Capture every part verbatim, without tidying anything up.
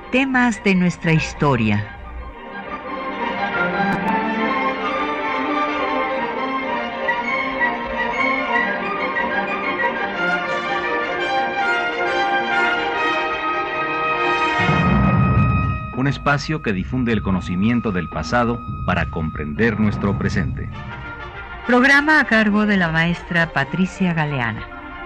Temas de nuestra historia. Un espacio que difunde el conocimiento del pasado para comprender nuestro presente. Programa a cargo de la maestra Patricia Galeana.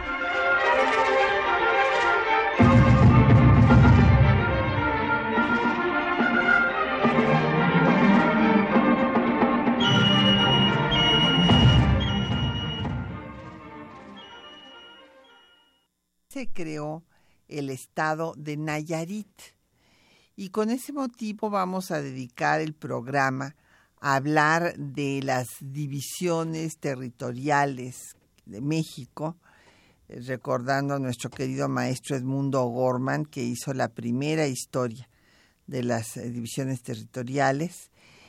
Se creó el estado de Nayarit. Y con ese motivo vamos a dedicar el programa a hablar de las divisiones territoriales de México, recordando a nuestro querido maestro Edmundo O'Gorman, que hizo la primera historia de las divisiones territoriales.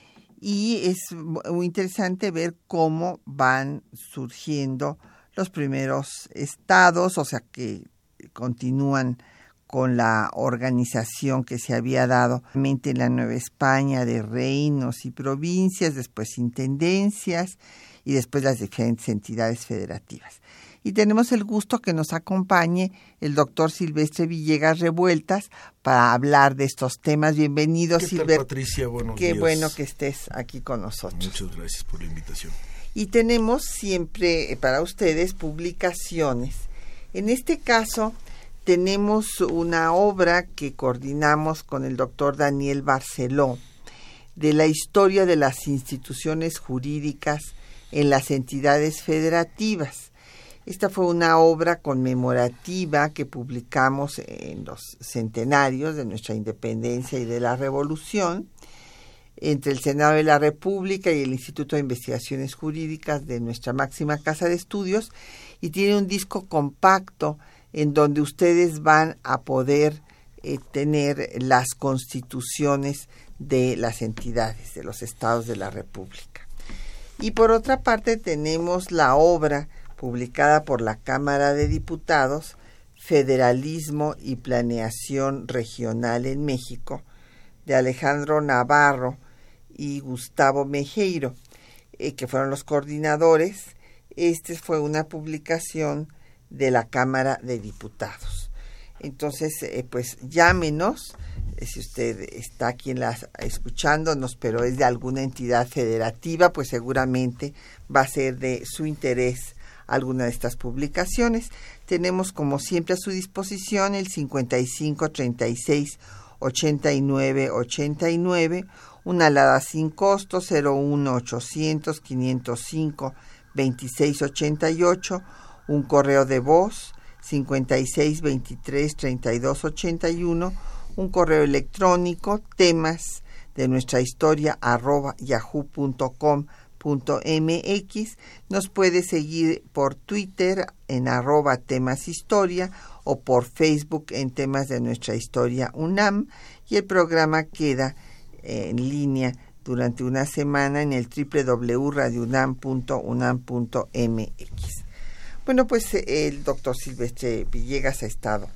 Y es muy interesante ver cómo van surgiendo los primeros estados, o sea que continúan con la organización que se había dado en la Nueva España de reinos y provincias, después intendencias y después las diferentes entidades federativas. Y tenemos el gusto que nos acompañe el doctor Silvestre Villegas Revueltas para hablar de estos temas. Bienvenido, ¿Qué Silvestre. tal, Patricia? Buenos Qué días. bueno que estés aquí con nosotros. Muchas gracias por la invitación. Y tenemos siempre para ustedes publicaciones. En este caso tenemos una obra que coordinamos con el doctor Daniel Barceló de la historia de las instituciones jurídicas en las entidades federativas. Esta fue una obra conmemorativa que publicamos en los centenarios de nuestra independencia y de la Revolución entre el Senado de la República y el Instituto de Investigaciones Jurídicas de nuestra máxima casa de estudios, y tiene un disco compacto en donde ustedes van a poder eh, tener las constituciones de las entidades, de los estados de la República. Y por otra parte tenemos la obra publicada por la Cámara de Diputados, Federalismo y Planeación Regional en México, de Alejandro Navarro y Gustavo Mejeiro, eh, que fueron los coordinadores. Esta fue una publicación de la Cámara de Diputados. Entonces, eh, pues llámenos, eh, si usted está aquí en la, escuchándonos, pero es de alguna entidad federativa, pues seguramente va a ser de su interés alguna de estas publicaciones. Tenemos, como siempre, a su disposición el cincuenta y cinco, treinta y seis, ochenta y nueve, ochenta y nueve, una alada sin costo cero uno ochocientos, quinientos cinco, veintiséis ochenta y ocho, un correo de voz cincuenta y seis, veintitrés, treinta y dos, ochenta y uno, un correo electrónico temas de nuestra historia arroba yahoo punto com punto mx. Nos puede seguir por Twitter en arroba temas historia o por Facebook en temas de nuestra historia UNAM, y el programa queda en línea durante una semana en el doble u doble u doble u punto radio unam punto unam punto mx. Bueno, pues el doctor Silvestre Villegas ha estado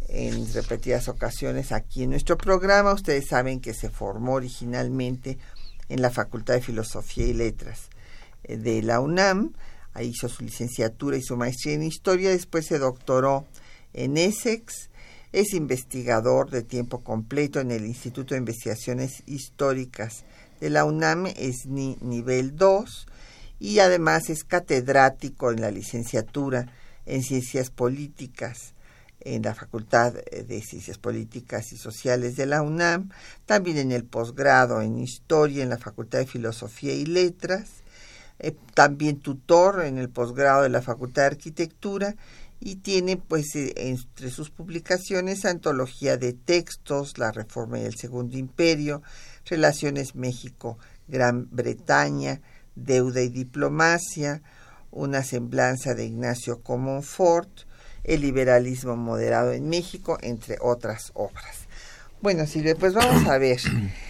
en repetidas ocasiones aquí en nuestro programa. Ustedes saben que se formó originalmente en la Facultad de Filosofía y Letras de la UNAM. Ahí hizo su licenciatura y su maestría en Historia. Después se doctoró en Essex. Es investigador de tiempo completo en el Instituto de Investigaciones Históricas de la UNAM, es ni, nivel dos, y además es catedrático en la licenciatura en Ciencias Políticas en la Facultad de Ciencias Políticas y Sociales de la UNAM, también en el posgrado en Historia en la Facultad de Filosofía y Letras, eh, también tutor en el posgrado de la Facultad de Arquitectura, y tiene pues eh, entre sus publicaciones antología de textos, La Reforma y el Segundo Imperio, Relaciones México-Gran Bretaña, Deuda y Diplomacia, Una semblanza de Ignacio Comonfort, El liberalismo moderado en México, entre otras obras. Bueno, Silvia, pues vamos a ver.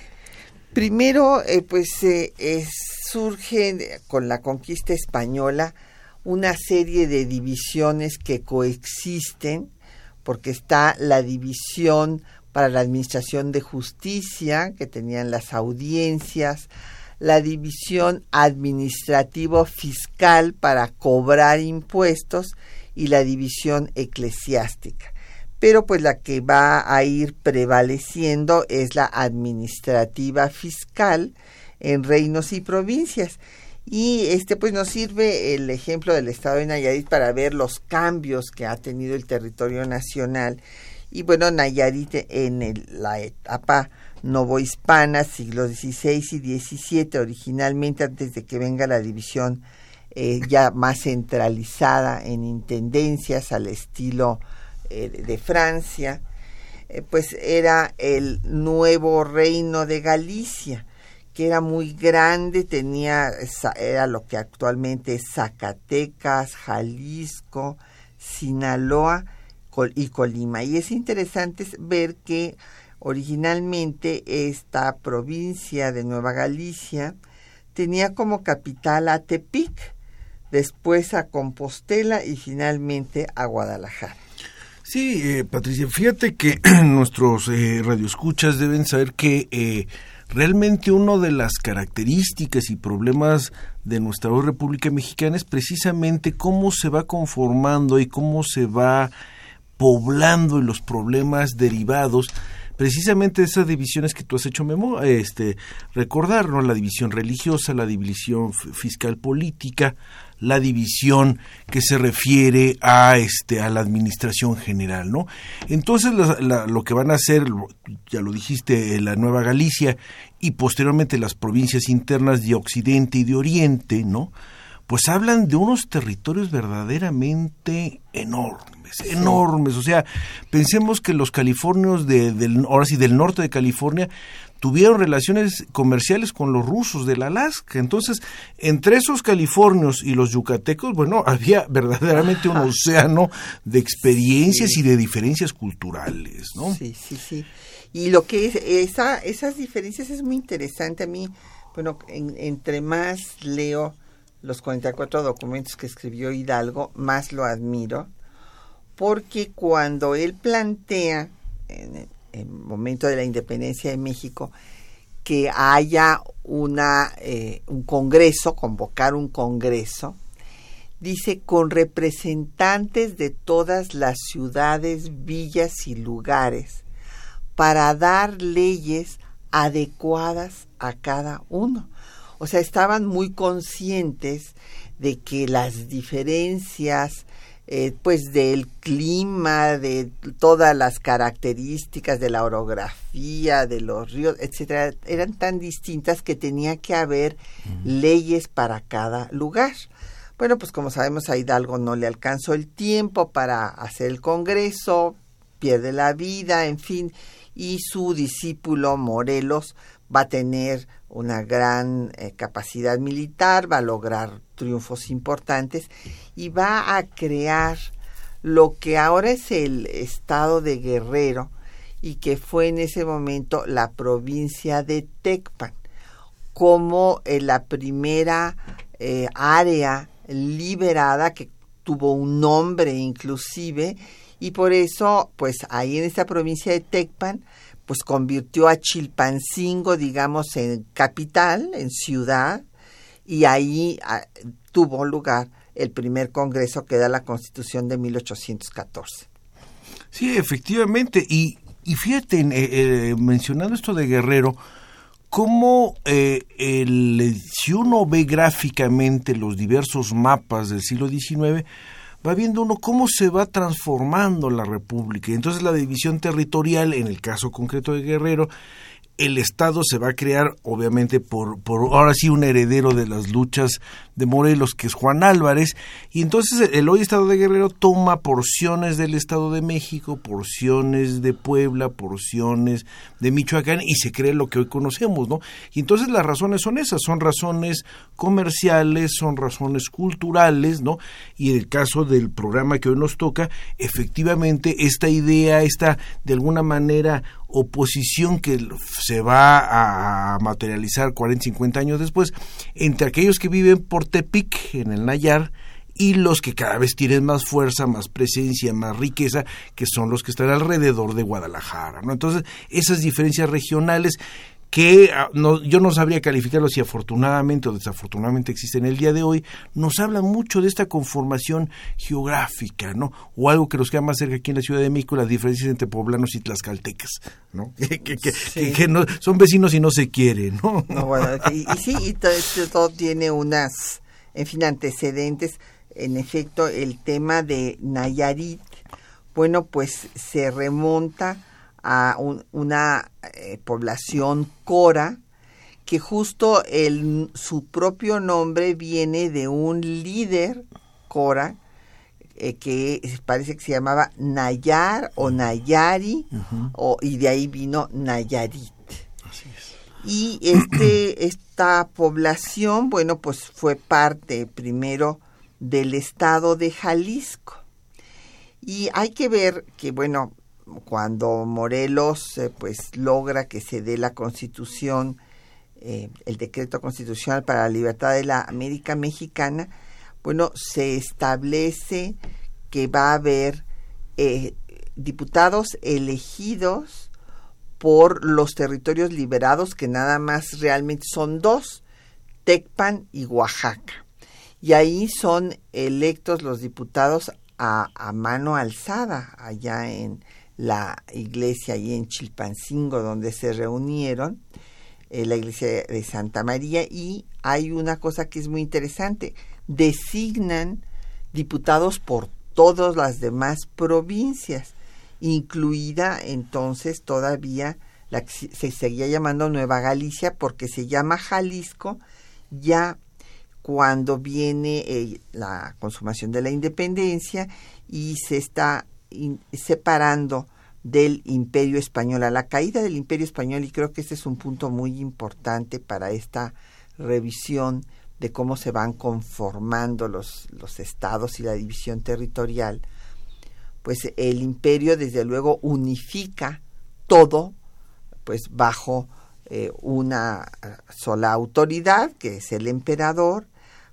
Primero, eh, pues eh, eh, surge con la conquista española una serie de divisiones que coexisten, porque está la división para la administración de justicia, que tenían las audiencias, la división administrativo-fiscal para cobrar impuestos y la división eclesiástica. Pero pues la que va a ir prevaleciendo es la administrativa fiscal en reinos y provincias. Y este pues nos sirve el ejemplo del estado de Nayarit para ver los cambios que ha tenido el territorio nacional. Y bueno, Nayarit en el, la etapa novohispana, siglos dieciséis y diecisiete, originalmente antes de que venga la división eh, ya más centralizada en intendencias al estilo eh, de Francia, eh, pues era el nuevo reino de Galicia, que era muy grande, tenía era lo que actualmente es Zacatecas, Jalisco, Sinaloa y Colima. Y es interesante ver que originalmente esta provincia de Nueva Galicia tenía como capital a Tepic, después a Compostela y finalmente a Guadalajara. Sí, eh, Patricia, fíjate que nuestros eh, radioescuchas deben saber que eh, realmente una de las características y problemas de nuestra República Mexicana es precisamente cómo se va conformando y cómo se va poblando y los problemas derivados precisamente de esas divisiones que tú has hecho memo, este, recordar, ¿no? La división religiosa, la división fiscal política, la división que se refiere a este a la administración general, ¿no? Entonces la, la, lo que van a hacer, ya lo dijiste, la Nueva Galicia y posteriormente las provincias internas de Occidente y de Oriente, ¿no? Pues hablan de unos territorios verdaderamente enormes. enormes, o sea, pensemos que los californios de, del, ahora sí, del norte de California tuvieron relaciones comerciales con los rusos del Alaska, entonces, entre esos californios y los yucatecos, bueno, había verdaderamente un océano de experiencias sí. y de diferencias culturales, ¿no? Sí, sí, sí, y lo que es, esa, esas diferencias es muy interesante a mí, bueno, en, entre más leo los cuarenta y cuatro documentos que escribió Hidalgo, más lo admiro, porque cuando él plantea, en el, en el momento de la independencia de México, que haya una eh, un congreso, convocar un congreso, dice, con representantes de todas las ciudades, villas y lugares, para dar leyes adecuadas a cada uno. O sea, estaban muy conscientes de que las diferencias Eh, pues del clima, de todas las características de la orografía, de los ríos, etcétera, eran tan distintas que tenía que haber uh-huh. leyes para cada lugar. Bueno, pues como sabemos, a Hidalgo no le alcanzó el tiempo para hacer el congreso, pierde la vida, en fin, y su discípulo Morelos va a tener una gran eh, capacidad militar, va a lograr triunfos importantes y va a crear lo que ahora es el estado de Guerrero y que fue en ese momento la provincia de Tecpan, como eh, la primera eh, área liberada que tuvo un nombre inclusive, y por eso pues ahí en esa provincia de Tecpan pues convirtió a Chilpancingo, digamos, en capital, en ciudad, y ahí a, tuvo lugar el primer congreso que da la Constitución de mil ochocientos catorce. Sí, efectivamente, y, y fíjate, eh, eh, mencionando esto de Guerrero, cómo eh, el, si uno ve gráficamente los diversos mapas del siglo diecinueve, va viendo uno cómo se va transformando la República. Entonces la división territorial, en el caso concreto de Guerrero, el Estado se va a crear, obviamente, por, por ahora sí un heredero de las luchas de Morelos, que es Juan Álvarez, y entonces el hoy Estado de Guerrero toma porciones del Estado de México, porciones de Puebla, porciones de Michoacán, y se crea lo que hoy conocemos, ¿no? Y entonces las razones son esas, son razones comerciales, son razones culturales, ¿no? Y en el caso del programa que hoy nos toca, efectivamente, esta idea, esta, de alguna manera, oposición que se va a materializar cuarenta, cincuenta años después, entre aquellos que viven por Tepic, en el Nayar, y los que cada vez tienen más fuerza, más presencia, más riqueza, que son los que están alrededor de Guadalajara, ¿no? Entonces, esas diferencias regionales que no, yo no sabría calificarlo si afortunadamente o desafortunadamente existen el día de hoy, nos hablan mucho de esta conformación geográfica, ¿no? O algo que nos queda más cerca aquí en la Ciudad de México, las diferencias entre poblanos y tlaxcaltecas, ¿no? Que, que, que, sí. que, que no, son vecinos y no se quieren, ¿no? No, bueno, y, y sí, y todo, todo tiene unas, en fin, antecedentes. En efecto, el tema de Nayarit, bueno, pues se remonta a un, una eh, población cora, que justo el, su propio nombre viene de un líder cora, eh, que parece que se llamaba Nayar o Nayari, uh-huh. o, y de ahí vino Nayarit. Así es. Y este, esta población, bueno, pues fue parte primero del estado de Jalisco. Y hay que ver que, bueno, cuando Morelos eh, pues logra que se dé la Constitución, eh, el decreto constitucional para la libertad de la América Mexicana, bueno, se establece que va a haber eh, diputados elegidos por los territorios liberados, que nada más realmente son dos, Tecpan y Oaxaca. Y ahí son electos los diputados a, a mano alzada, allá en la iglesia ahí en Chilpancingo, donde se reunieron, eh, la iglesia de Santa María, y hay una cosa que es muy interesante, designan diputados por todas las demás provincias, incluida entonces todavía la que se seguía llamando Nueva Galicia, porque se llama Jalisco ya cuando viene eh, la consumación de la independencia y se está in, separando del Imperio Español, a la caída del Imperio Español, y creo que ese es un punto muy importante para esta revisión de cómo se van conformando los, los estados y la división territorial. Pues el imperio desde luego unifica todo pues bajo eh, una sola autoridad, que es el emperador.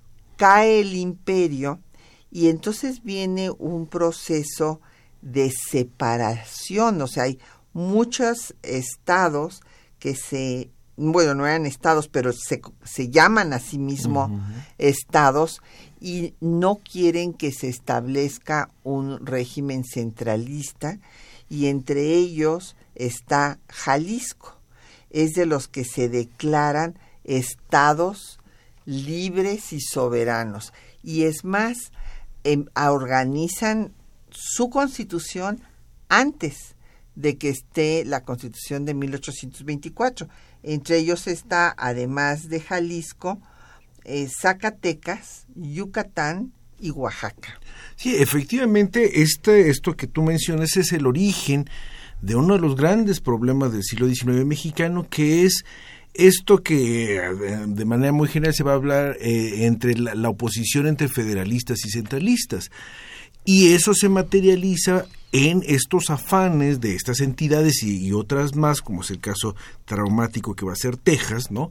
Cae el imperio y entonces viene un proceso de separación, o sea, hay muchos estados que se, bueno, no eran estados, pero se, se llaman a sí mismos uh-huh. estados, y no quieren que se establezca un régimen centralista, y entre ellos está Jalisco. Es de los que se declaran estados libres y soberanos. Y es más, eh, organizan su constitución antes de que esté la Constitución de mil ochocientos veinticuatro. Entre ellos está, además de Jalisco, eh, Zacatecas, Yucatán y Oaxaca. Sí, efectivamente, este, esto que tú mencionas es el origen de uno de los grandes problemas del siglo diecinueve mexicano, que es esto que de manera muy general se va a hablar eh, entre la, la oposición entre federalistas y centralistas. Y eso se materializa en estos afanes de estas entidades y, y otras más, como es el caso traumático que va a ser Texas, ¿no?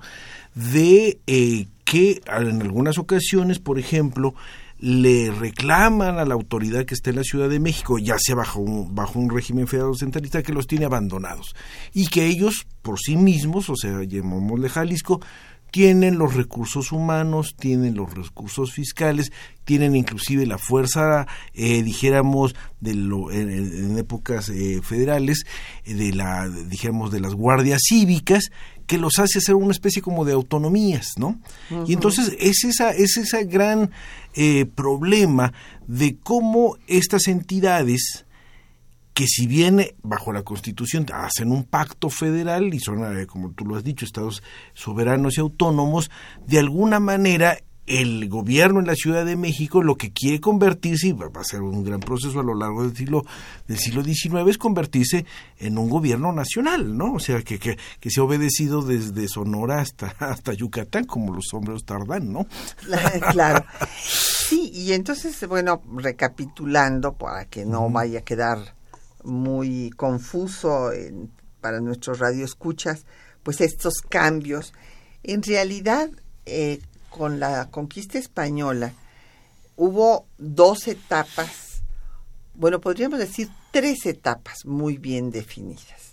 De eh, que en algunas ocasiones, por ejemplo, le reclaman a la autoridad que está en la Ciudad de México, ya sea bajo un, bajo un régimen federal centralista, que los tiene abandonados, y que ellos por sí mismos, o sea, llamémosle Jalisco, tienen los recursos humanos, tienen los recursos fiscales, tienen inclusive la fuerza, eh, dijéramos, de lo, en, en épocas eh, federales, eh, de la, dijéramos, de las guardias cívicas, que los hace hacer una especie como de autonomías, ¿no? Uh-huh. Y entonces es esa, es ese gran eh, problema de cómo estas entidades, que si bien bajo la Constitución hacen un pacto federal y son, eh, como tú lo has dicho, estados soberanos y autónomos, de alguna manera el gobierno en la Ciudad de México lo que quiere convertirse, y va a ser un gran proceso a lo largo del siglo del siglo diecinueve, es convertirse en un gobierno nacional, ¿no? O sea, que, que, que se ha obedecido desde Sonora hasta, hasta Yucatán, como los sombreros Tardán, ¿no? Claro. Sí, y entonces, bueno, recapitulando, para que no vaya a quedar muy confuso en, para nuestros radioescuchas, pues estos cambios, en realidad, eh, con la conquista española, hubo dos etapas, bueno, podríamos decir tres etapas muy bien definidas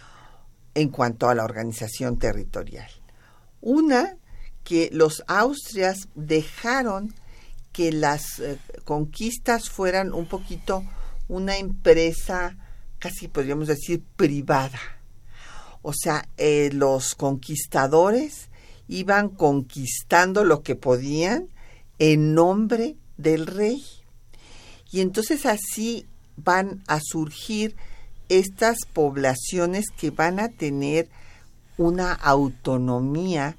en cuanto a la organización territorial. Una, que los austrias dejaron que las eh, conquistas fueran un poquito una empresa, casi podríamos decir, privada. O sea, eh, los conquistadores iban conquistando lo que podían en nombre del rey. Y entonces así van a surgir estas poblaciones que van a tener una autonomía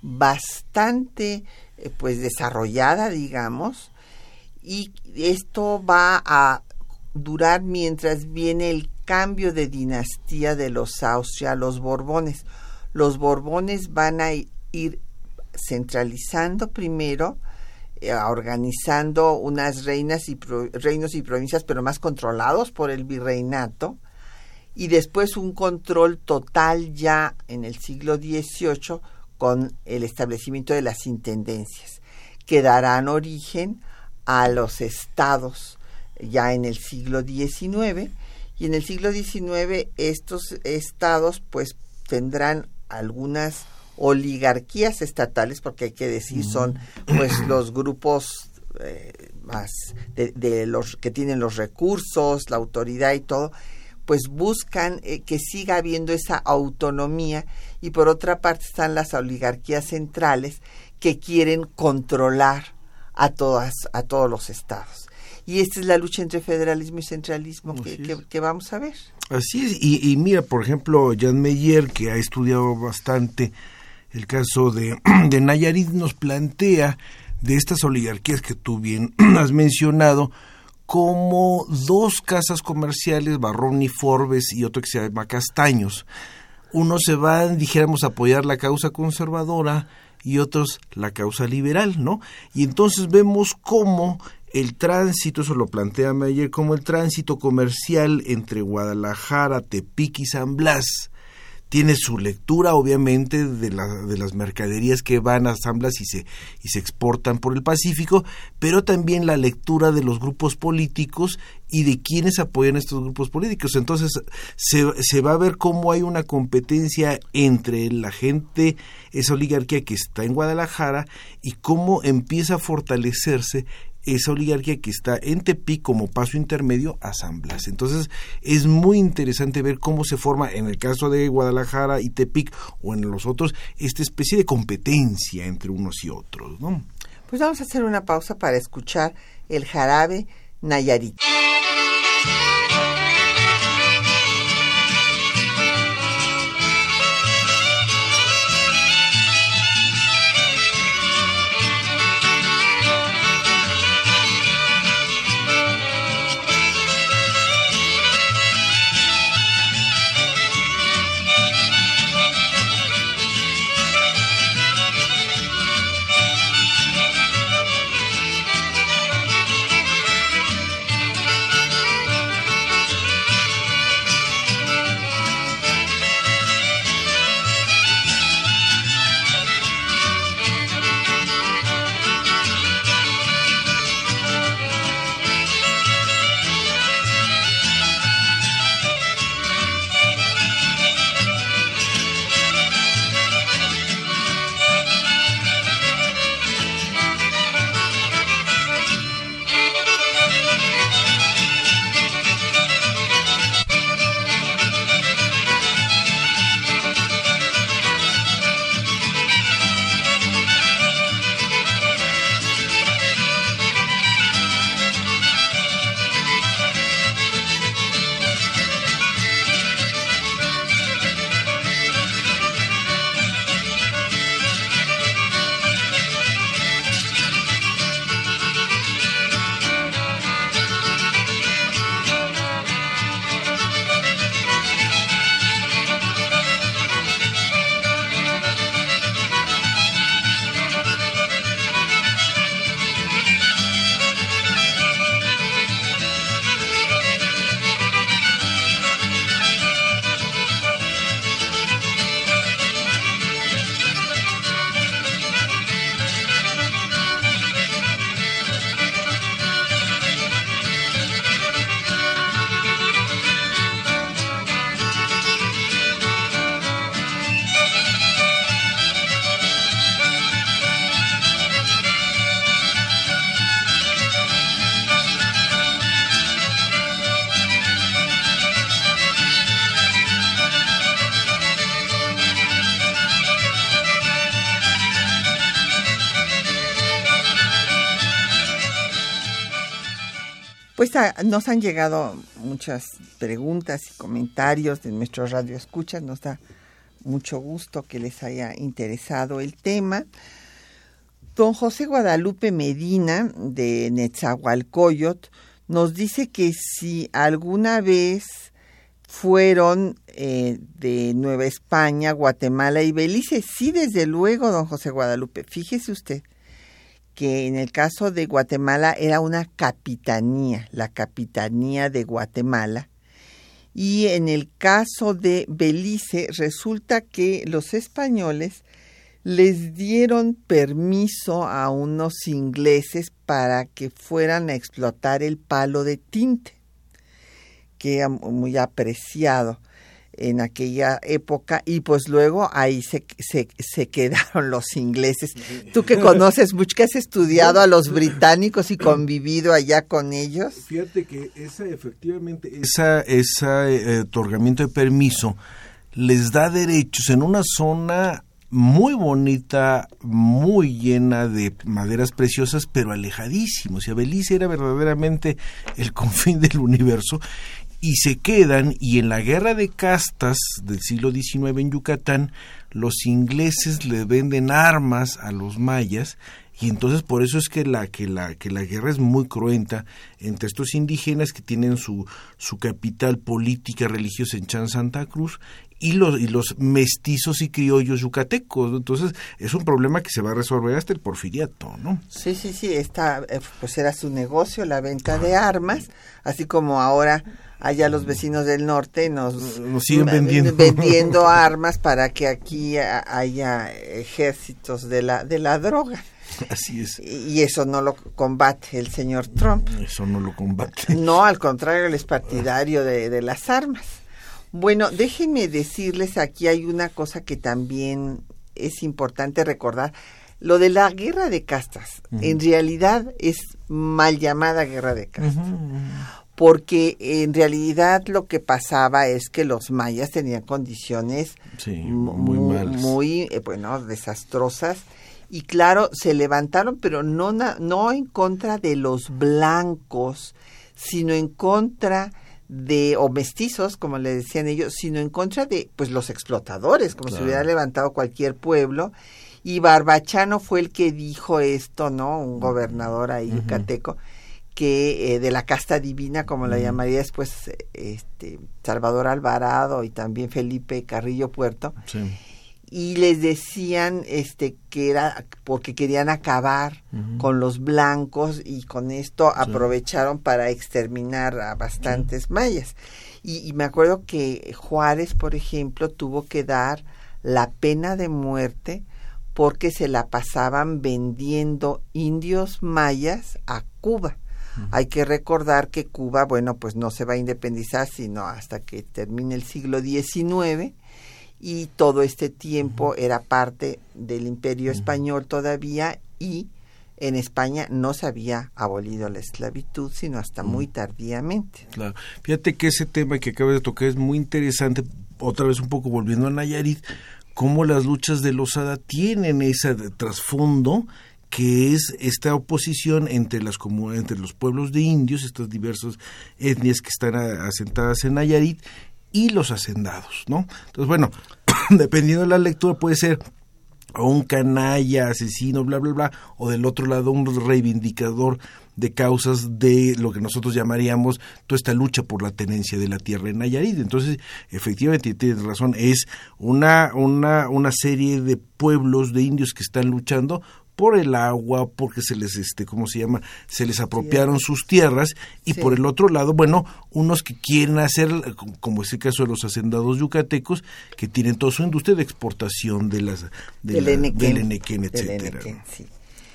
bastante eh, pues desarrollada, digamos, y esto va a durar mientras viene el cambio de dinastía de los Austria a los Borbones. Los Borbones van a ir centralizando primero, eh, organizando unas reinas y pro, reinos y provincias, pero más controlados por el virreinato, y después un control total ya en el siglo dieciocho con el establecimiento de las intendencias, que darán origen a los estados ya en el siglo diecinueve, y en el siglo diecinueve estos estados pues tendrán algunas oligarquías estatales, porque hay que decir son pues los grupos eh, más de, de los que tienen los recursos, la autoridad y todo, pues buscan eh, que siga habiendo esa autonomía, y por otra parte están las oligarquías centrales que quieren controlar a todas a todos los estados. Y esta es la lucha entre federalismo y centralismo que, que, que vamos a ver. Así es, y, y mira, por ejemplo, Jan Meyer, que ha estudiado bastante el caso de, de Nayarit, nos plantea de estas oligarquías que tú bien has mencionado, como dos casas comerciales, Barrón y Forbes, y otro que se llama Castaños. Unos se van, dijéramos, a apoyar la causa conservadora y otros la causa liberal, ¿no? Y entonces vemos cómo el tránsito, eso lo plantea Meyer, como el tránsito comercial entre Guadalajara, Tepic y San Blas tiene su lectura, obviamente, de, la, de las mercaderías que van a San Blas y se, y se exportan por el Pacífico, pero también la lectura de los grupos políticos y de quienes apoyan estos grupos políticos. Entonces, se, se va a ver cómo hay una competencia entre la gente, esa oligarquía que está en Guadalajara, y cómo empieza a fortalecerse esa oligarquía que está en Tepic como paso intermedio a San Blas. Entonces es muy interesante ver cómo se forma, en el caso de Guadalajara y Tepic o en los otros, esta especie de competencia entre unos y otros, ¿no? Pues vamos a hacer una pausa para escuchar el jarabe Nayarit. pues a, nos han llegado muchas preguntas y comentarios de nuestros radioescuchas. Nos da mucho gusto que les haya interesado el tema. Don José Guadalupe Medina, de Netzahualcóyotl, nos dice que si alguna vez fueron eh, de Nueva España, Guatemala y Belice. Sí, desde luego, don José Guadalupe. Fíjese usted que en el caso de Guatemala era una capitanía, la capitanía de Guatemala. Y en el caso de Belice resulta que los españoles les dieron permiso a unos ingleses para que fueran a explotar el palo de tinte, que era muy apreciado en aquella época, y pues luego ahí se, se, se quedaron los ingleses. Tú que conoces mucho, que has estudiado a los británicos y convivido allá con ellos. Fíjate que esa efectivamente, esa, esa eh, otorgamiento de permiso les da derechos en una zona muy bonita, muy llena de maderas preciosas, pero alejadísimos. O sea, Belice era verdaderamente el confín del universo. Y se quedan, y en la guerra de castas del siglo diecinueve en Yucatán, los ingleses le venden armas a los mayas, y entonces por eso es que la que la que la guerra es muy cruenta entre estos indígenas que tienen su su capital política religiosa en Chan Santa Cruz y los y los mestizos y criollos yucatecos, ¿no? Entonces es un problema que se va a resolver hasta el porfiriato, ¿no? Sí, sí, sí, esta pues era su negocio, la venta de armas, así como ahora allá los vecinos del norte nos, nos siguen vendiendo. vendiendo armas para que aquí haya ejércitos de la de la droga. Así es. Y eso no lo combate el señor Trump. Eso no lo combate. No, al contrario, él es partidario de, de las armas. Bueno, déjenme decirles, aquí hay una cosa que también es importante recordar. Lo de la guerra de castas, uh-huh. en realidad es mal llamada guerra de castas. Uh-huh. Porque en realidad lo que pasaba es que los mayas tenían condiciones sí, muy, muy malas, muy eh, bueno, desastrosas, y claro, se levantaron, pero no no en contra de los blancos, sino en contra de, o mestizos, como le decían ellos, sino en contra de pues los explotadores, como claro. si hubiera levantado cualquier pueblo. Y Barbachano fue el que dijo esto, ¿no? Un gobernador ahí uh-huh. yucateco, que eh, de la casta divina, como la llamaría después este Salvador Alvarado y también Felipe Carrillo Puerto, sí. y les decían este que era porque querían acabar uh-huh. con los blancos, y con esto sí. aprovecharon para exterminar a bastantes sí. mayas. Y, y me acuerdo que Juárez, por ejemplo, tuvo que dar la pena de muerte porque se la pasaban vendiendo indios mayas a Cuba. Uh-huh. Hay que recordar que Cuba, bueno, pues no se va a independizar sino hasta que termine el siglo diecinueve, y todo este tiempo uh-huh. era parte del Imperio uh-huh. español todavía, y en España no se había abolido la esclavitud sino hasta uh-huh. muy tardíamente. Claro. Fíjate que ese tema que acabas de tocar es muy interesante, otra vez un poco volviendo a Nayarit, cómo las luchas de Losada tienen ese trasfondo que es esta oposición entre las comun- entre los pueblos de indios, estas diversas etnias que están a- asentadas en Nayarit, y los hacendados, ¿no? Entonces, bueno, dependiendo de la lectura puede ser o un canalla, asesino, bla, bla, bla, o del otro lado un reivindicador de causas de lo que nosotros llamaríamos toda esta lucha por la tenencia de la tierra en Nayarit. Entonces, efectivamente, tienes razón, es una, una, una serie de pueblos de indios que están luchando por el agua, porque se les, este, ¿cómo se llama? Se les apropiaron sí. sus tierras, y sí. por el otro lado, bueno, unos que quieren hacer, como es el caso de los hacendados yucatecos, que tienen toda su industria de exportación de las, de del, la, enequén, del enequén, etcétera. Del enequén, sí.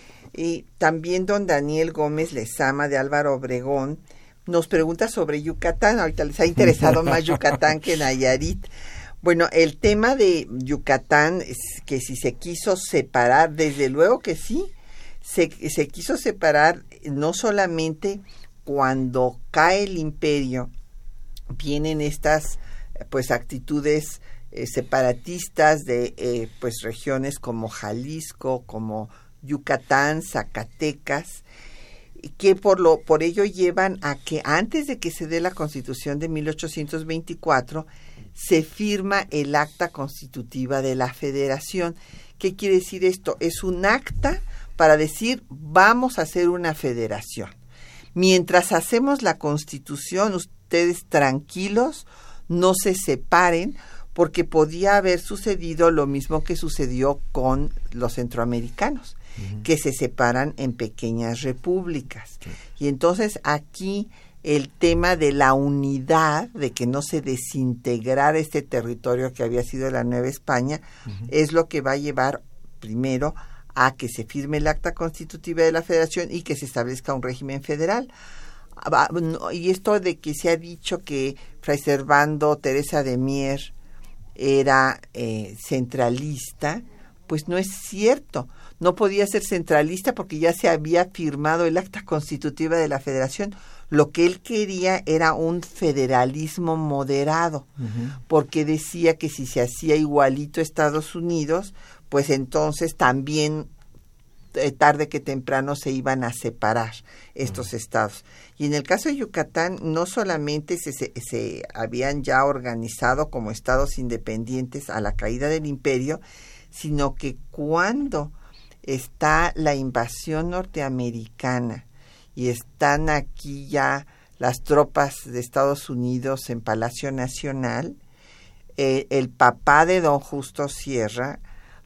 Y también don Daniel Gómez Lezama, de Álvaro Obregón, nos pregunta sobre Yucatán. Ahorita les ha interesado más Yucatán que Nayarit. Bueno, el tema de Yucatán es que si se quiso separar, desde luego que sí, se, se quiso separar no solamente cuando cae el imperio, vienen estas pues actitudes eh, separatistas de eh, pues regiones como Jalisco, como Yucatán, Zacatecas, que por lo por ello llevan a que antes de que se dé la Constitución de mil ochocientos veinticuatro se firma el acta constitutiva de la Federación. ¿Qué quiere decir esto? Es un acta para decir vamos a hacer una federación. Mientras hacemos la Constitución, ustedes tranquilos, no se separen, porque podía haber sucedido lo mismo que sucedió con los centroamericanos, uh-huh. que se separan en pequeñas repúblicas. Sí. Y entonces aquí el tema de la unidad, de que no se desintegrara este territorio que había sido la Nueva España, uh-huh. es lo que va a llevar primero a que se firme el acta constitutiva de la Federación y que se establezca un régimen federal. Y esto de que se ha dicho que Fray Servando Teresa de Mier era eh, centralista, pues no es cierto. No podía ser centralista porque ya se había firmado el acta constitutiva de la Federación. Lo que él quería era un federalismo moderado, uh-huh. porque decía que si se hacía igualito Estados Unidos, pues entonces también eh, tarde que temprano se iban a separar estos uh-huh. estados. Y en el caso de Yucatán, no solamente se, se, se habían ya organizado como estados independientes a la caída del imperio, sino que cuando está la invasión norteamericana y están aquí ya las tropas de Estados Unidos en Palacio Nacional, eh, el papá de don Justo Sierra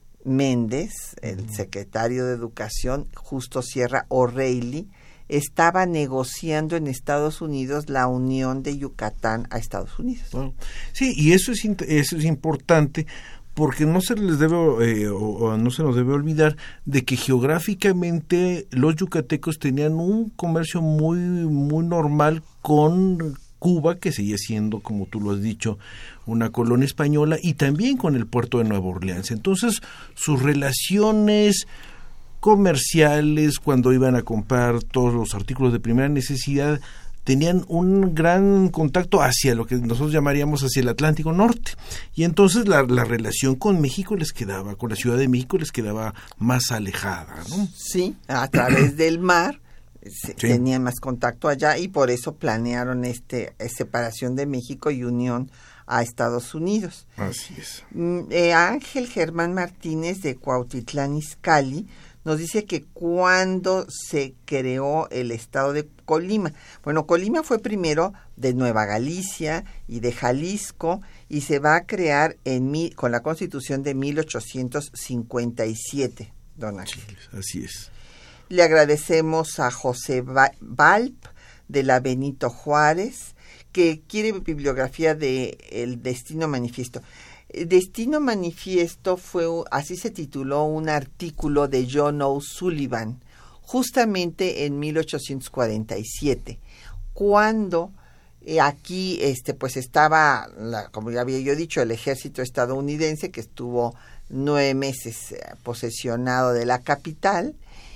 Méndez, el secretario de Educación, Justo Sierra O'Reilly, estaba negociando en Estados Unidos la unión de Yucatán a Estados Unidos. Bueno, sí, y eso es eso es importante porque no se les debe eh, o, o no se nos debe olvidar de que geográficamente los yucatecos tenían un comercio muy muy normal con Cuba, que seguía siendo, como tú lo has dicho, una colonia española, y también con el puerto de Nueva Orleans. Entonces, sus relaciones comerciales, cuando iban a comprar todos los artículos de primera necesidad, tenían un gran contacto hacia lo que nosotros llamaríamos hacia el Atlántico Norte. Y entonces la, la relación con México les quedaba, con la Ciudad de México les quedaba más alejada, ¿no? Sí, a través del mar. Sí. Tenían más contacto allá y por eso planearon este separación de México y unión a Estados Unidos. Así es. Eh, Ángel Germán Martínez de Cuautitlán Izcalli nos dice que cuando se creó el estado de Colima, bueno, Colima fue primero de Nueva Galicia y de Jalisco y se va a crear en mi, con la Constitución de mil ochocientos cincuenta y siete, don Ángel. Sí, así es. Le agradecemos a José Valp de la Benito Juárez, que quiere bibliografía de El Destino Manifiesto. El Destino Manifiesto fue, así se tituló un artículo de John O'Sullivan, justamente en mil ochocientos cuarenta y siete, cuando eh, aquí este pues estaba, la, como ya había yo dicho, el ejército estadounidense que estuvo nueve meses eh, posesionado de la capital,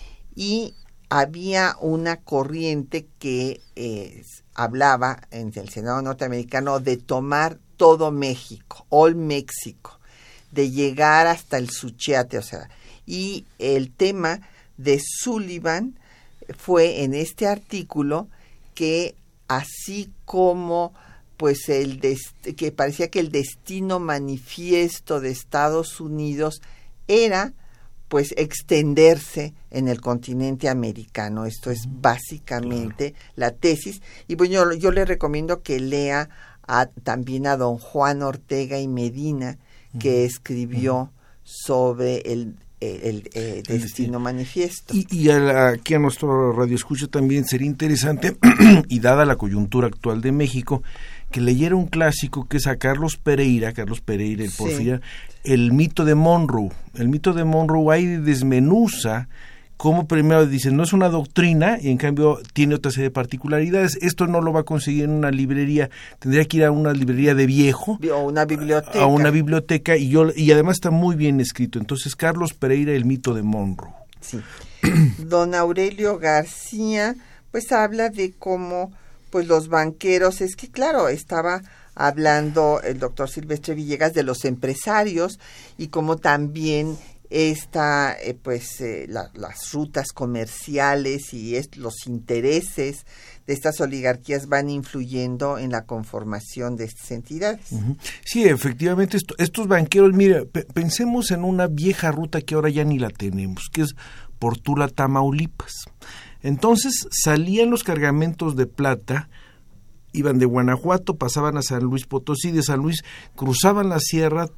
y había una corriente que eh, hablaba en el Senado norteamericano de tomar todo México, all México, de llegar hasta el Suchiate, o sea, y el tema de Sullivan fue en este artículo que así como pues el dest- que parecía que el destino manifiesto de Estados Unidos era pues extenderse en el continente americano. Esto es básicamente claro. la tesis. Y bueno, yo, yo le recomiendo que lea a, también a don Juan Ortega y Medina, que uh-huh. escribió uh-huh. sobre el, el, el, el destino, destino manifiesto. Y, y a la, aquí a nuestro radio escucha también sería interesante, y dada la coyuntura actual de México, que leyera un clásico que es a Carlos Pereira, Carlos Pereira, el Porfiria, sí. el mito de Monroe. El mito de Monroe ahí desmenuza cómo primero dicen, no es una doctrina, y en cambio tiene otra serie de particularidades. Esto no lo va a conseguir en una librería, tendría que ir a una librería de viejo. O una biblioteca. A una biblioteca, y, yo, y además está muy bien escrito. Entonces, Carlos Pereira, el mito de Monroe. Sí. Don Aurelio García, pues habla de cómo pues los banqueros, es que claro, estaba hablando el doctor Silvestre Villegas de los empresarios y como también Está, eh, pues, eh, la, las rutas comerciales y es, los intereses de estas oligarquías van influyendo en la conformación de estas entidades. Uh-huh. Sí, efectivamente, esto, estos banqueros, mira, pe- pensemos en una vieja ruta que ahora ya ni la tenemos, que es por Tula, Tamaulipas. Entonces salían los cargamentos de plata, iban de Guanajuato, pasaban a San Luis Potosí, de San Luis cruzaban la sierra,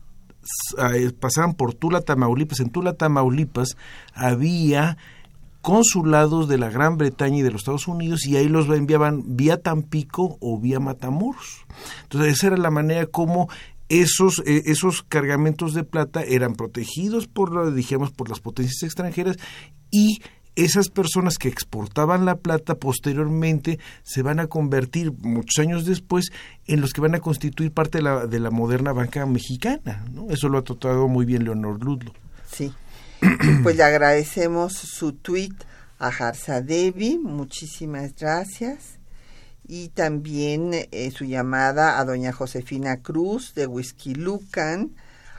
pasaban por Tula, Tamaulipas. En Tula, Tamaulipas había consulados de la Gran Bretaña y de los Estados Unidos y ahí los enviaban vía Tampico o vía Matamoros. Entonces esa era la manera como esos eh, esos cargamentos de plata eran protegidos por, dijéramos, por las potencias extranjeras, y esas personas que exportaban la plata posteriormente se van a convertir, muchos años después, en los que van a constituir parte de la, de la moderna banca mexicana, ¿no? Eso lo ha tratado muy bien Leonor Ludlow. Sí. Pues le agradecemos su tuit a Harsa Devi, muchísimas gracias. Y también eh, su llamada a doña Josefina Cruz de Huixquilucan,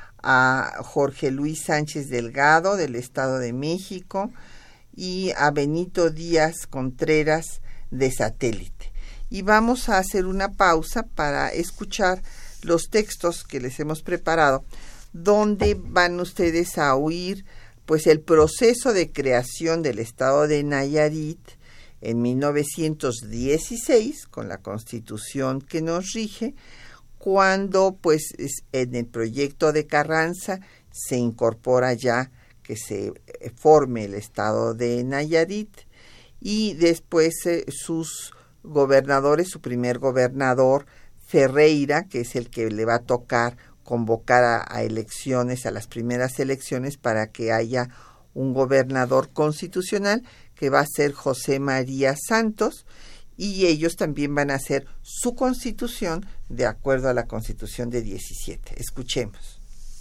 a Jorge Luis Sánchez Delgado del Estado de México, y a Benito Díaz Contreras de Satélite. Y vamos a hacer una pausa para escuchar los textos que les hemos preparado, donde van ustedes a oír pues el proceso de creación del Estado de Nayarit en mil novecientos dieciséis, con la Constitución que nos rige, cuando pues en el proyecto de Carranza se incorpora ya que se forme el Estado de Nayarit, y después eh, sus gobernadores, su primer gobernador, Ferreira, que es el que le va a tocar convocar a, a elecciones, a las primeras elecciones, para que haya un gobernador constitucional, que va a ser José María Santos, y ellos también van a hacer su constitución de acuerdo a la Constitución de diecisiete. Escuchemos.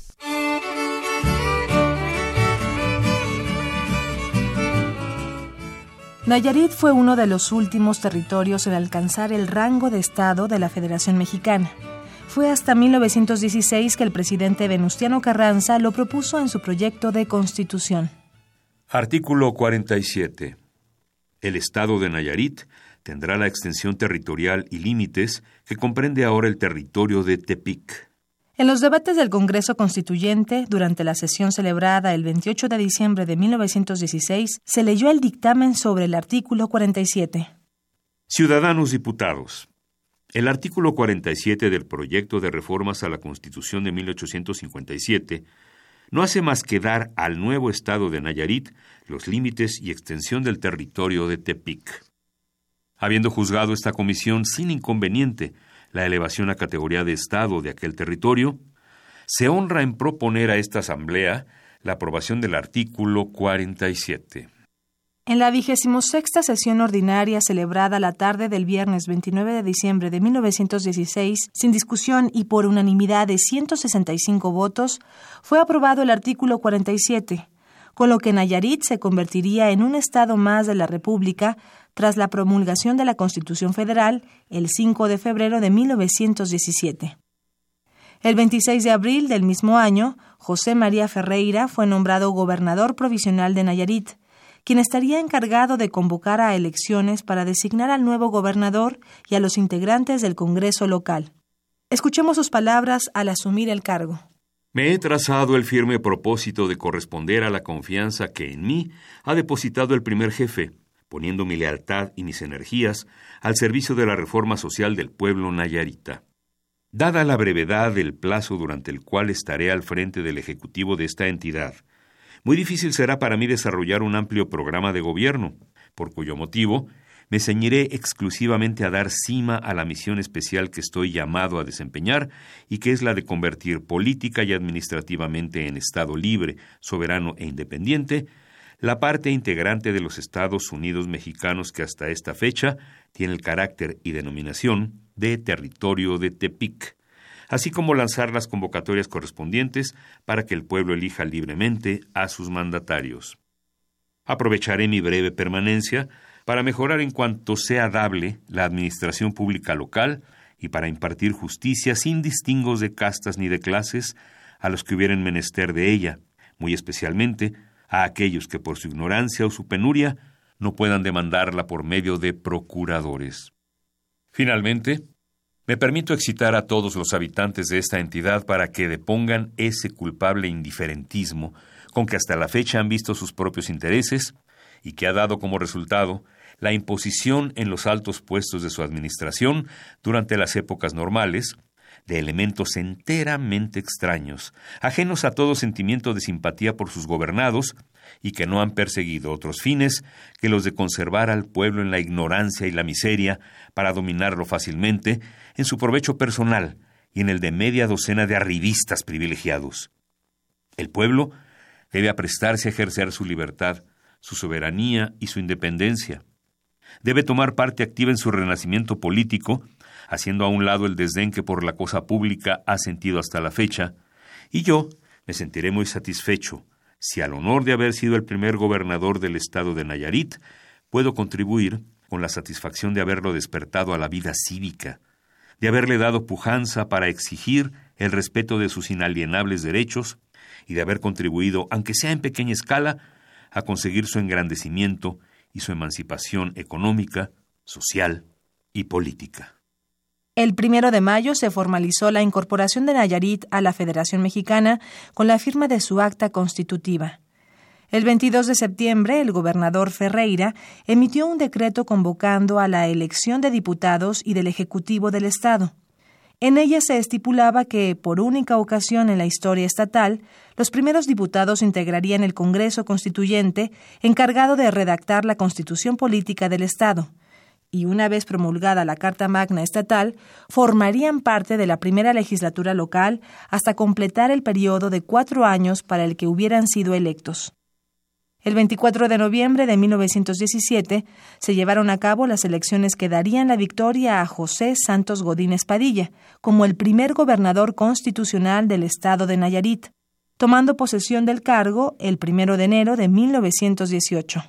Nayarit fue uno de los últimos territorios en alcanzar el rango de Estado de la Federación Mexicana. Fue hasta mil novecientos dieciséis que el presidente Venustiano Carranza lo propuso en su proyecto de Constitución. Artículo cuarenta y siete. El Estado de Nayarit tendrá la extensión territorial y límites que comprende ahora el territorio de Tepic. En los debates del Congreso Constituyente, durante la sesión celebrada el veintiocho de diciembre de mil novecientos dieciséis, se leyó el dictamen sobre el artículo cuarenta y siete. Ciudadanos diputados, el artículo cuarenta y siete del proyecto de reformas a la Constitución de mil ochocientos cincuenta y siete no hace más que dar al nuevo Estado de Nayarit los límites y extensión del territorio de Tepic. Habiendo juzgado esta comisión sin inconveniente la elevación a categoría de Estado de aquel territorio, se honra en proponer a esta Asamblea la aprobación del artículo cuarenta y siete. En la vigésimo sexta sesión ordinaria celebrada la tarde del viernes veintinueve de diciembre de mil novecientos dieciséis, sin discusión y por unanimidad de ciento sesenta y cinco votos, fue aprobado el artículo cuarenta y siete, con lo que Nayarit se convertiría en un estado más de la República tras la promulgación de la Constitución Federal el cinco de febrero de mil novecientos diecisiete. El veintiséis de abril del mismo año, José María Ferreira fue nombrado gobernador provisional de Nayarit, quien estaría encargado de convocar a elecciones para designar al nuevo gobernador y a los integrantes del Congreso local. Escuchemos sus palabras al asumir el cargo. Me he trazado el firme propósito de corresponder a la confianza que en mí ha depositado el primer jefe, poniendo mi lealtad y mis energías al servicio de la reforma social del pueblo nayarita. Dada la brevedad del plazo durante el cual estaré al frente del ejecutivo de esta entidad, muy difícil será para mí desarrollar un amplio programa de gobierno, por cuyo motivo me ceñiré exclusivamente a dar cima a la misión especial que estoy llamado a desempeñar y que es la de convertir política y administrativamente en Estado libre, soberano e independiente la parte integrante de los Estados Unidos mexicanos que hasta esta fecha tiene el carácter y denominación de territorio de Tepic, así como lanzar las convocatorias correspondientes para que el pueblo elija libremente a sus mandatarios. Aprovecharé mi breve permanencia para mejorar en cuanto sea dable la administración pública local y para impartir justicia sin distingos de castas ni de clases a los que hubieren menester de ella, muy especialmente a aquellos que por su ignorancia o su penuria no puedan demandarla por medio de procuradores. Finalmente, me permito excitar a todos los habitantes de esta entidad para que depongan ese culpable indiferentismo con que hasta la fecha han visto sus propios intereses y que ha dado como resultado la imposición en los altos puestos de su administración durante las épocas normales de elementos enteramente extraños, ajenos a todo sentimiento de simpatía por sus gobernados y que no han perseguido otros fines que los de conservar al pueblo en la ignorancia y la miseria para dominarlo fácilmente en su provecho personal y en el de media docena de arribistas privilegiados. El pueblo debe aprestarse a ejercer su libertad, su soberanía y su independencia. Debe tomar parte activa en su renacimiento político, haciendo a un lado el desdén que por la cosa pública ha sentido hasta la fecha, y yo me sentiré muy satisfecho si al honor de haber sido el primer gobernador del estado de Nayarit puedo contribuir con la satisfacción de haberlo despertado a la vida cívica, de haberle dado pujanza para exigir el respeto de sus inalienables derechos y de haber contribuido, aunque sea en pequeña escala, a conseguir su engrandecimiento y su emancipación económica, social y política. El primero de mayo se formalizó la incorporación de Nayarit a la Federación Mexicana con la firma de su acta constitutiva. El veintidós de septiembre, el gobernador Ferreira emitió un decreto convocando a la elección de diputados y del Ejecutivo del Estado. En ella se estipulaba que, por única ocasión en la historia estatal, los primeros diputados integrarían el Congreso Constituyente encargado de redactar la Constitución Política del Estado, y una vez promulgada la Carta Magna Estatal, formarían parte de la primera legislatura local hasta completar el periodo de cuatro años para el que hubieran sido electos. El veinticuatro de noviembre de mil novecientos diecisiete se llevaron a cabo las elecciones que darían la victoria a José Santos Godínez Padilla como el primer gobernador constitucional del estado de Nayarit, tomando posesión del cargo el primero de enero de mil novecientos dieciocho.